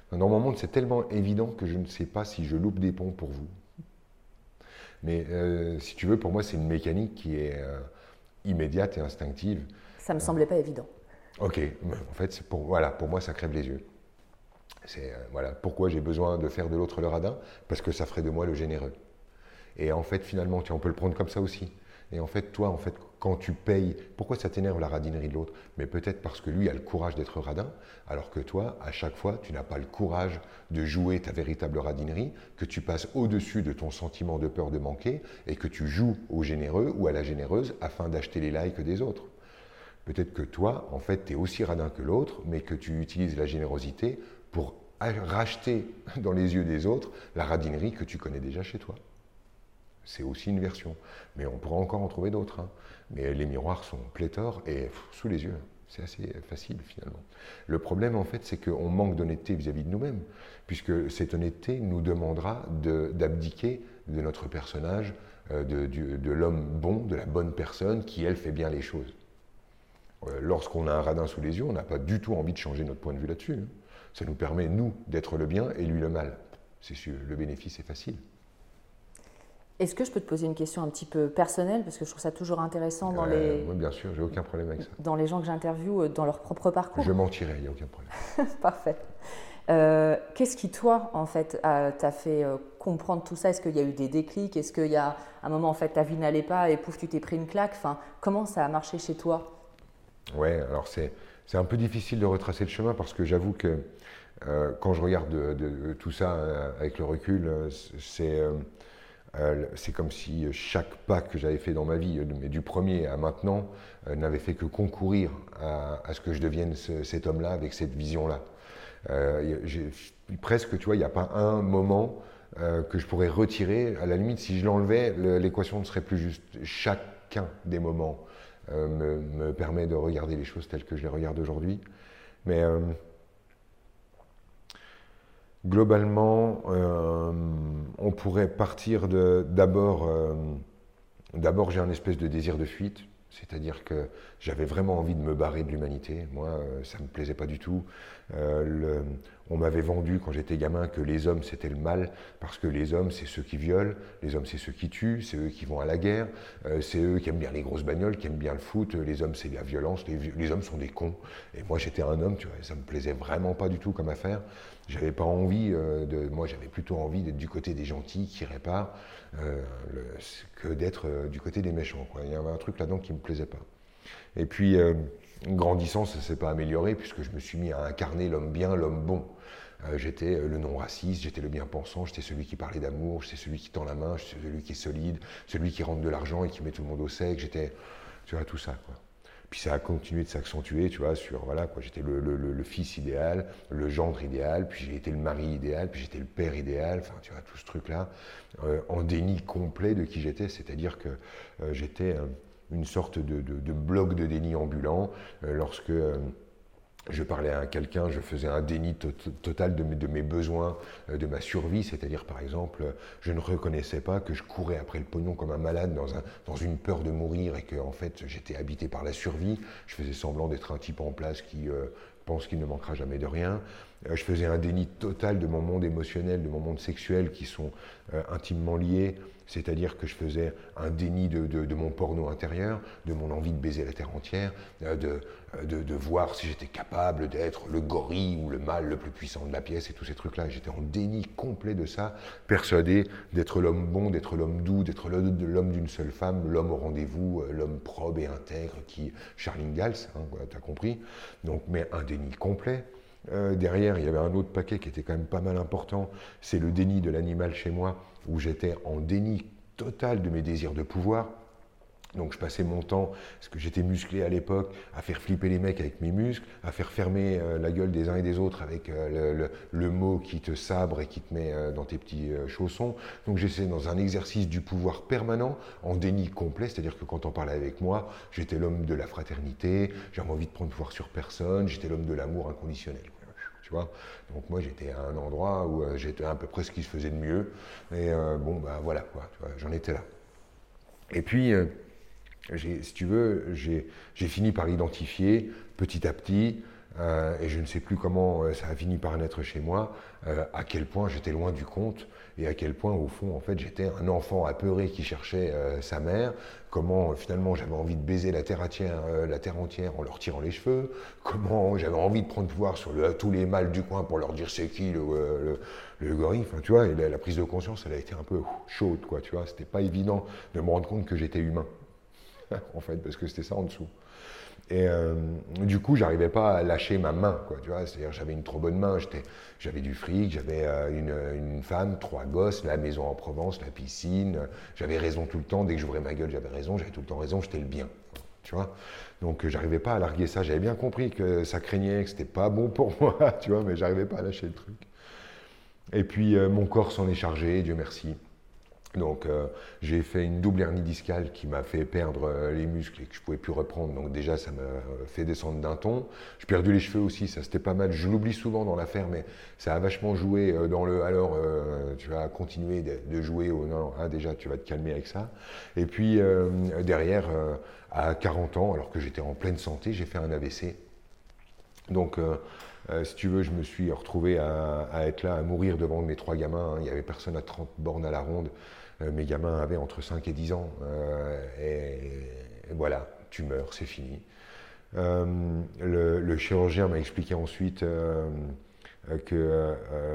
Dans mon monde, c'est tellement évident que je ne sais pas si je loupe des ponts pour vous. Mais si tu veux, pour moi, c'est une mécanique qui est immédiate et instinctive. Ça ne me semblait pas évident. Ok, en fait, pour moi, ça crève les yeux. C'est pourquoi j'ai besoin de faire de l'autre le radin, parce que ça ferait de moi le généreux. Et en fait, finalement, on peut le prendre comme ça aussi. Et en fait, toi, quand tu payes, pourquoi ça t'énerve la radinerie de l'autre? Mais peut-être parce que lui a le courage d'être radin, alors que toi, à chaque fois, tu n'as pas le courage de jouer ta véritable radinerie, que tu passes au-dessus de ton sentiment de peur de manquer et que tu joues au généreux ou à la généreuse afin d'acheter les likes des autres. Peut-être que toi, en fait, tu es aussi radin que l'autre, mais que tu utilises la générosité pour racheter dans les yeux des autres la radinerie que tu connais déjà chez toi. C'est aussi une version. Mais on pourra encore en trouver d'autres. Hein. Mais les miroirs sont pléthores et sous les yeux. C'est assez facile finalement. Le problème en fait, c'est qu'on manque d'honnêteté vis-à-vis de nous-mêmes, puisque cette honnêteté nous demandera d'abdiquer de notre personnage, de l'homme bon, de la bonne personne qui, elle, fait bien les choses. Lorsqu'on a un radin sous les yeux, on n'a pas du tout envie de changer notre point de vue là-dessus. Hein. Ça nous permet, nous, d'être le bien et lui le mal. C'est sûr, le bénéfice est facile. Est-ce que je peux te poser une question un petit peu personnelle, parce que je trouve ça toujours intéressant dans les... Oui, bien sûr, j'ai aucun problème avec ça. Dans les gens que j'interviewe, dans leur propre parcours. Je mentirais, il n'y a aucun problème. Parfait. Qu'est-ce qui, toi, en fait, t'a fait comprendre tout ça? Est-ce qu'il y a eu des déclics? Est-ce qu'il y a un moment, en fait, ta vie n'allait pas et pouf, tu t'es pris une claque? Enfin, comment ça a marché chez toi? Ouais, alors c'est un peu difficile de retracer le chemin parce que j'avoue que quand je regarde de tout ça avec le recul, c'est comme si chaque pas que j'avais fait dans ma vie, mais du premier à maintenant, n'avait fait que concourir à ce que je devienne cet homme-là avec cette vision-là. Presque, tu vois, il n'y a pas un moment que je pourrais retirer. À la limite, si je l'enlevais, l'équation ne serait plus juste. Chacun des moments me permet de regarder les choses telles que je les regarde aujourd'hui. Mais globalement, on pourrait partir d'abord, j'ai un espèce de désir de fuite, c'est-à-dire que j'avais vraiment envie de me barrer de l'humanité. Moi, ça ne me plaisait pas du tout. On m'avait vendu quand j'étais gamin que les hommes c'était le mal, parce que les hommes c'est ceux qui violent, les hommes c'est ceux qui tuent, c'est eux qui vont à la guerre, c'est eux qui aiment bien les grosses bagnoles, qui aiment bien le foot, les hommes c'est la violence, les hommes sont des cons. Et moi j'étais un homme, tu vois, ça me plaisait vraiment pas du tout comme affaire. J'avais pas envie moi j'avais plutôt envie d'être du côté des gentils qui réparent que d'être du côté des méchants, quoi. Il y avait un truc là-dedans qui me plaisait pas. Et puis grandissant, ça ne s'est pas amélioré puisque je me suis mis à incarner l'homme bien, l'homme bon. J'étais le non-raciste, j'étais le bien-pensant, j'étais celui qui parlait d'amour, j'étais celui qui tend la main, j'étais celui qui est solide, celui qui rentre de l'argent et qui met tout le monde au sec, j'étais, tu vois, tout ça, quoi. Puis ça a continué de s'accentuer, tu vois, sur, voilà, quoi, j'étais le fils idéal, le gendre idéal, puis j'ai été le mari idéal, puis j'étais le père idéal, enfin, tu vois, tout ce truc-là, en déni complet de qui j'étais, c'est-à-dire que j'étais une sorte de bloc de déni ambulant. Lorsque je parlais à quelqu'un, je faisais un déni total de mes besoins, de ma survie, c'est-à-dire par exemple, je ne reconnaissais pas que je courais après le pognon comme un malade dans une peur de mourir et que en fait j'étais habité par la survie. Je faisais semblant d'être un type en place qui pense qu'il ne manquera jamais de rien. Je faisais un déni total de mon monde émotionnel, de mon monde sexuel qui sont intimement liés. C'est-à-dire que je faisais un déni de mon porno intérieur, de mon envie de baiser la terre entière, de voir si j'étais capable d'être le gorille ou le mâle le plus puissant de la pièce et tous ces trucs-là. J'étais en déni complet de ça, persuadé d'être l'homme bon, d'être l'homme doux, d'être l'homme d'une seule femme, l'homme au rendez-vous, l'homme probe et intègre, Charles Ingalls, hein, voilà, t'as compris. Donc, mais un déni complet. Derrière, il y avait un autre paquet qui était quand même pas mal important, c'est le déni de l'animal chez moi, où j'étais en déni total de mes désirs de pouvoir. Donc je passais mon temps, parce que j'étais musclé à l'époque, à faire flipper les mecs avec mes muscles, à faire fermer la gueule des uns et des autres avec le mot qui te sabre et qui te met dans tes petits chaussons. Donc j'étais dans un exercice du pouvoir permanent, en déni complet, c'est-à-dire que quand on parlait avec moi, j'étais l'homme de la fraternité, j'avais envie de prendre pouvoir sur personne, j'étais l'homme de l'amour inconditionnel. Tu vois, donc moi j'étais à un endroit où j'étais à peu près ce qui se faisait de mieux, et bon bah voilà quoi, tu vois, j'en étais là. Et puis si tu veux, j'ai fini par identifier petit à petit Et je ne sais plus comment ça a fini par naître chez moi, à quel point j'étais loin du compte et à quel point, au fond, en fait, j'étais un enfant apeuré qui cherchait sa mère, comment finalement j'avais envie de baiser la terre entière en leur tirant les cheveux, comment j'avais envie de prendre pouvoir sur tous les mâles du coin pour leur dire c'est qui le gorille, enfin, tu vois, et la prise de conscience, elle a été un peu chaude, quoi, tu vois, c'était pas évident de me rendre compte que j'étais humain, en fait, parce que c'était ça en dessous. Et du coup, j'arrivais pas à lâcher ma main, quoi, tu vois. C'est-à-dire, j'avais une trop bonne main, j'avais du fric, j'avais une femme, 3 gosses, la maison en Provence, la piscine. J'avais raison tout le temps. Dès que j'ouvrais ma gueule, j'avais tout le temps raison. J'étais le bien, tu vois. Donc, j'arrivais pas à larguer ça. J'avais bien compris que ça craignait, que c'était pas bon pour moi, tu vois, mais j'arrivais pas à lâcher le truc. Et puis, mon corps s'en est chargé, Dieu merci. Donc j'ai fait une double hernie discale qui m'a fait perdre les muscles et que je ne pouvais plus reprendre. Donc déjà ça m'a fait descendre d'un ton. J'ai perdu les cheveux aussi, ça c'était pas mal. Je l'oublie souvent dans l'affaire, mais ça a vachement joué dans le « alors tu vas continuer de jouer » au « non, déjà tu vas te calmer avec ça ». Et puis derrière, à 40 ans, alors que j'étais en pleine santé, j'ai fait un AVC. Donc si tu veux, je me suis retrouvé à être là, à mourir devant mes 3 gamins. Il n'y avait personne à 30 bornes à la ronde. Mes gamins avaient entre 5 et 10 ans. Et voilà, tu meurs, c'est fini. Le chirurgien m'a expliqué ensuite que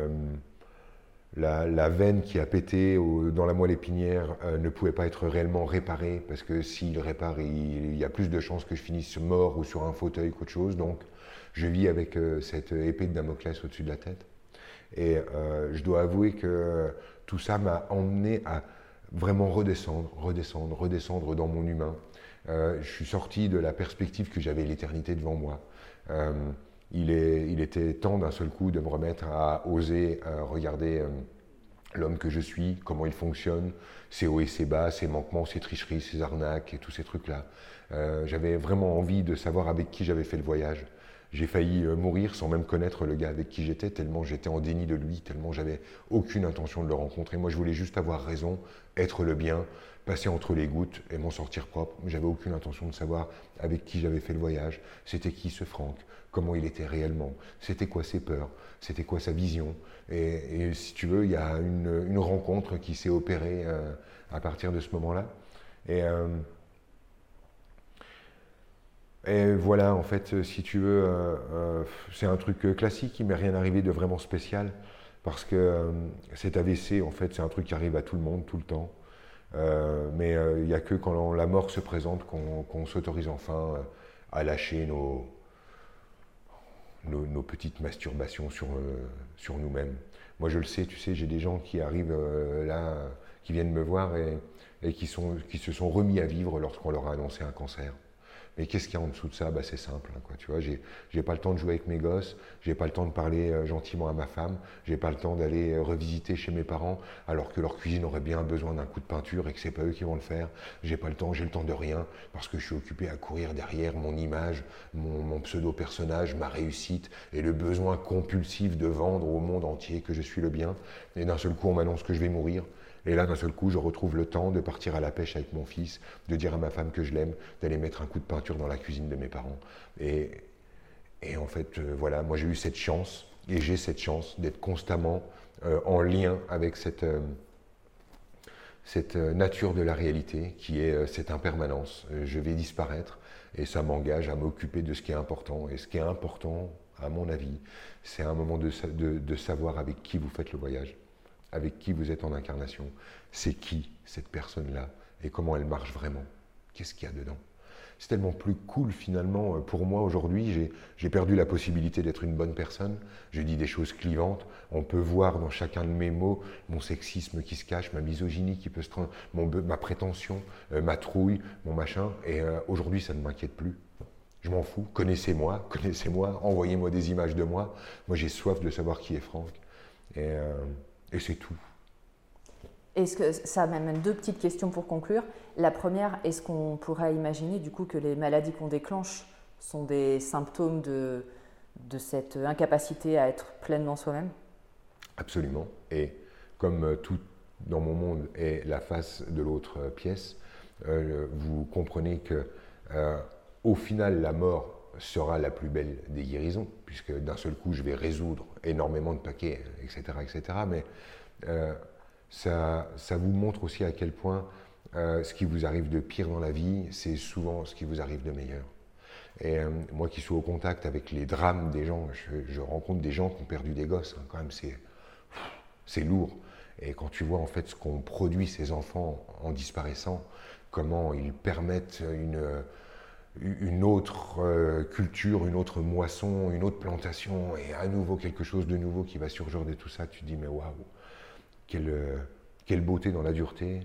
la veine qui a pété dans la moelle épinière ne pouvait pas être réellement réparée, parce que s'il répare, il y a plus de chances que je finisse mort ou sur un fauteuil qu'autre chose. Donc, je vis avec cette épée de Damoclès au-dessus de la tête. Et je dois avouer que tout ça m'a emmené à vraiment redescendre dans mon humain. Je suis sorti de la perspective que j'avais l'éternité devant moi. Il était temps d'un seul coup de me remettre à oser regarder l'homme que je suis, comment il fonctionne, ses hauts et ses bas, ses manquements, ses tricheries, ses arnaques et tous ces trucs-là. J'avais vraiment envie de savoir avec qui j'avais fait le voyage. J'ai failli mourir sans même connaître le gars avec qui j'étais, tellement j'étais en déni de lui, tellement j'avais aucune intention de le rencontrer. Moi, je voulais juste avoir raison, être le bien, passer entre les gouttes et m'en sortir propre. J'avais aucune intention de savoir avec qui j'avais fait le voyage. C'était qui ce Franck? Comment il était réellement? C'était quoi ses peurs? C'était quoi sa vision? Et si tu veux, il y a une rencontre qui s'est opérée à partir de ce moment-là. Et voilà, en fait, si tu veux, c'est un truc classique, il m'est rien arrivé de vraiment spécial, parce que cet AVC, en fait, c'est un truc qui arrive à tout le monde, tout le temps. Mais il n'y a que quand la mort se présente qu'on s'autorise enfin à lâcher nos petites masturbations sur nous-mêmes. Moi, je le sais, tu sais, j'ai des gens qui arrivent là, qui viennent me voir et qui se sont remis à vivre lorsqu'on leur a annoncé un cancer. Mais qu'est-ce qu'il y a en dessous de ça? Bah, c'est simple, hein, quoi. Tu vois, j'ai pas le temps de jouer avec mes gosses, j'ai pas le temps de parler gentiment à ma femme, j'ai pas le temps d'aller revisiter chez mes parents, alors que leur cuisine aurait bien besoin d'un coup de peinture et que c'est pas eux qui vont le faire. J'ai pas le temps, j'ai le temps de rien, parce que je suis occupé à courir derrière mon image, mon pseudo-personnage, ma réussite et le besoin compulsif de vendre au monde entier que je suis le bien. Et d'un seul coup, on m'annonce que je vais mourir. Et là, d'un seul coup, je retrouve le temps de partir à la pêche avec mon fils, de dire à ma femme que je l'aime, d'aller mettre un coup de peinture dans la cuisine de mes parents. Et en fait, voilà, moi j'ai eu cette chance, et j'ai cette chance d'être constamment en lien avec cette nature de la réalité, qui est cette impermanence. Je vais disparaître, et ça m'engage à m'occuper de ce qui est important. Et ce qui est important, à mon avis, c'est un moment de savoir avec qui vous faites le voyage, avec qui vous êtes en incarnation. C'est qui cette personne-là et comment elle marche vraiment? Qu'est-ce qu'il y a dedans? C'est tellement plus cool finalement pour moi aujourd'hui. J'ai perdu la possibilité d'être une bonne personne. Je dis des choses clivantes. On peut voir dans chacun de mes mots mon sexisme qui se cache, ma misogynie qui peut ma prétention, ma trouille, mon machin. Et aujourd'hui, ça ne m'inquiète plus. Je m'en fous. Connaissez-moi, envoyez-moi des images de moi. Moi, j'ai soif de savoir qui est Franck. Et c'est tout. Est-ce que ça m'amène 2 petites questions pour conclure. La première, est-ce qu'on pourrait imaginer du coup que les maladies qu'on déclenche sont des symptômes de cette incapacité à être pleinement soi-même? Absolument. Et comme tout dans mon monde est la face de l'autre pièce, vous comprenez que au final, la mort sera la plus belle des guérisons, puisque d'un seul coup, je vais résoudre énormément de paquets, etc. etc. Mais ça vous montre aussi à quel point ce qui vous arrive de pire dans la vie, c'est souvent ce qui vous arrive de meilleur. Et moi qui suis au contact avec les drames des gens, je rencontre des gens qui ont perdu des gosses, hein, quand même, c'est lourd. Et quand tu vois en fait ce qu'ont produit ces enfants en disparaissant, comment ils permettent une autre culture, une autre moisson, une autre plantation, et à nouveau quelque chose de nouveau qui va surgir de tout ça, tu te dis mais waouh, quelle beauté dans la dureté,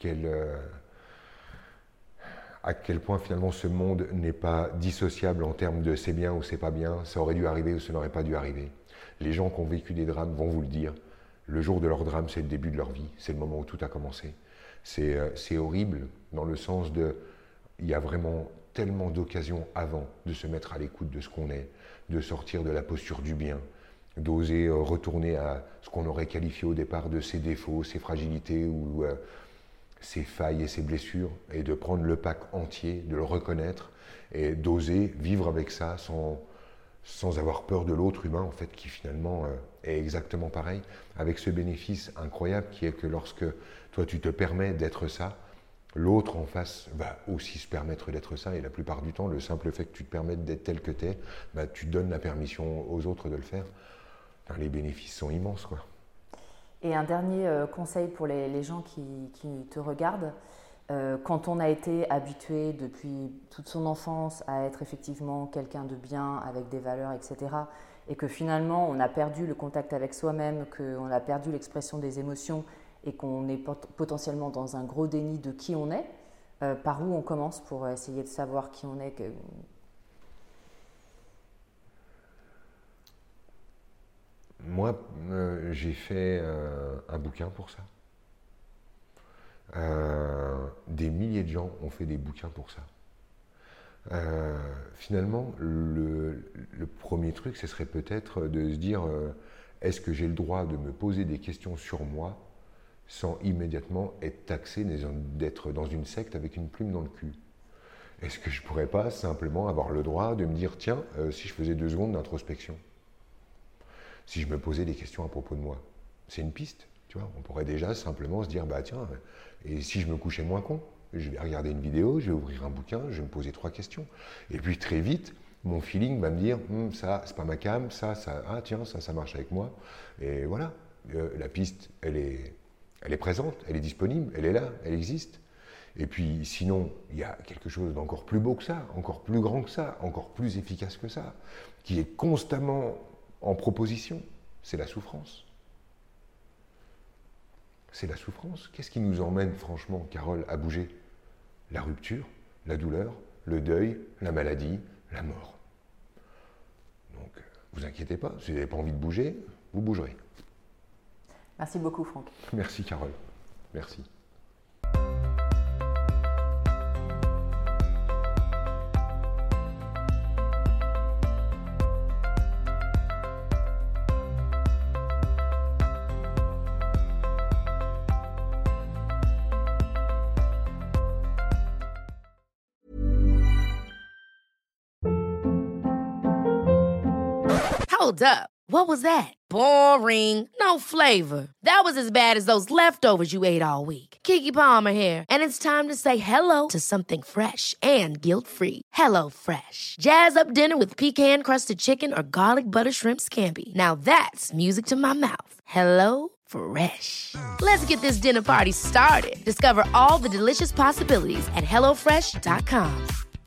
à quel point finalement ce monde n'est pas dissociable en termes de c'est bien ou c'est pas bien, ça aurait dû arriver ou ça n'aurait pas dû arriver. Les gens qui ont vécu des drames vont vous le dire, le jour de leur drame c'est le début de leur vie, c'est le moment où tout a commencé. C'est horrible dans le sens de, il y a vraiment tellement d'occasions avant de se mettre à l'écoute de ce qu'on est, de sortir de la posture du bien, d'oser retourner à ce qu'on aurait qualifié au départ de ses défauts, ses fragilités ou ses failles et ses blessures, et de prendre le pack entier, de le reconnaître et d'oser vivre avec ça sans avoir peur de l'autre humain en fait, qui finalement est exactement pareil, avec ce bénéfice incroyable qui est que lorsque toi tu te permets d'être ça, l'autre en face va aussi se permettre d'être ça, et la plupart du temps, le simple fait que tu te permettes d'être tel que tu es, tu donnes la permission aux autres de le faire. Enfin, les bénéfices sont immenses, quoi. Et un dernier conseil pour les gens qui te regardent, quand on a été habitué depuis toute son enfance à être effectivement quelqu'un de bien, avec des valeurs, etc., et que finalement on a perdu le contact avec soi-même, qu'on a perdu l'expression des émotions et qu'on est potentiellement dans un gros déni de qui on est, par où on commence pour essayer de savoir qui on est Moi, j'ai fait un bouquin pour ça. Des milliers de gens ont fait des bouquins pour ça. Finalement, le premier truc, ce serait peut-être de se dire est-ce que j'ai le droit de me poser des questions sur moi sans immédiatement être taxé d'être dans une secte avec une plume dans le cul? Est-ce que je ne pourrais pas simplement avoir le droit de me dire tiens, si je faisais 2 secondes d'introspection, si je me posais des questions à propos de moi? C'est une piste, tu vois. On pourrait déjà simplement se dire, bah tiens, et si je me couchais moins con? Je vais regarder une vidéo, je vais ouvrir un bouquin, je vais me poser 3 questions. Et puis très vite, mon feeling va me dire, ça, c'est pas ma cam, ça, ah tiens, ça marche avec moi. Et voilà, la piste, elle est présente, elle est disponible, elle est là, elle existe. Et puis sinon, il y a quelque chose d'encore plus beau que ça, encore plus grand que ça, encore plus efficace que ça, qui est constamment en proposition, c'est la souffrance. C'est la souffrance. Qu'est-ce qui nous emmène, franchement, Carole, à bouger? La rupture, la douleur, le deuil, la maladie, la mort. Donc, vous inquiétez pas, si vous n'avez pas envie de bouger, vous bougerez. Merci beaucoup, Franck. Merci, Carole. Merci. Hold up. What was that? Boring. No flavor. That was as bad as those leftovers you ate all week. Keke Palmer here, and it's time to say hello to something fresh and guilt-free. Hello Fresh. Jazz up dinner with pecan-crusted chicken or garlic butter shrimp scampi. Now that's music to my mouth. Hello Fresh. Let's get this dinner party started. Discover all the delicious possibilities at hellofresh.com.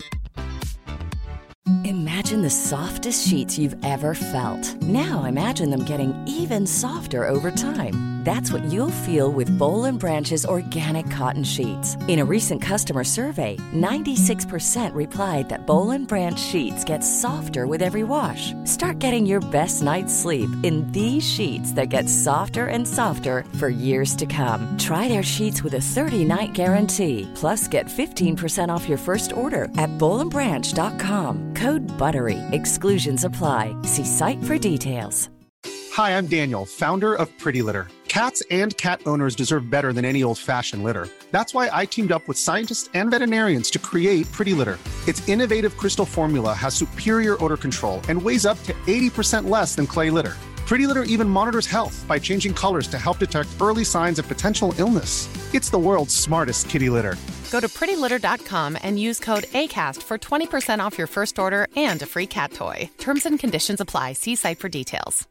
Imagine the softest sheets you've ever felt. Now imagine them getting even softer over time. That's what you'll feel with Boll & Branch's organic cotton sheets. In a recent customer survey, 96% replied that Boll & Branch sheets get softer with every wash. Start getting your best night's sleep in these sheets that get softer and softer for years to come. Try their sheets with a 30-night guarantee. Plus, get 15% off your first order at bollandbranch.com. Code BUTTERY. Exclusions apply. See site for details. Hi, I'm Daniel, founder of Pretty Litter. Cats and cat owners deserve better than any old-fashioned litter. That's why I teamed up with scientists and veterinarians to create Pretty Litter. Its innovative crystal formula has superior odor control and weighs up to 80% less than clay litter. Pretty Litter even monitors health by changing colors to help detect early signs of potential illness. It's the world's smartest kitty litter. Go to prettylitter.com and use code ACAST for 20% off your first order and a free cat toy. Terms and conditions apply. See site for details.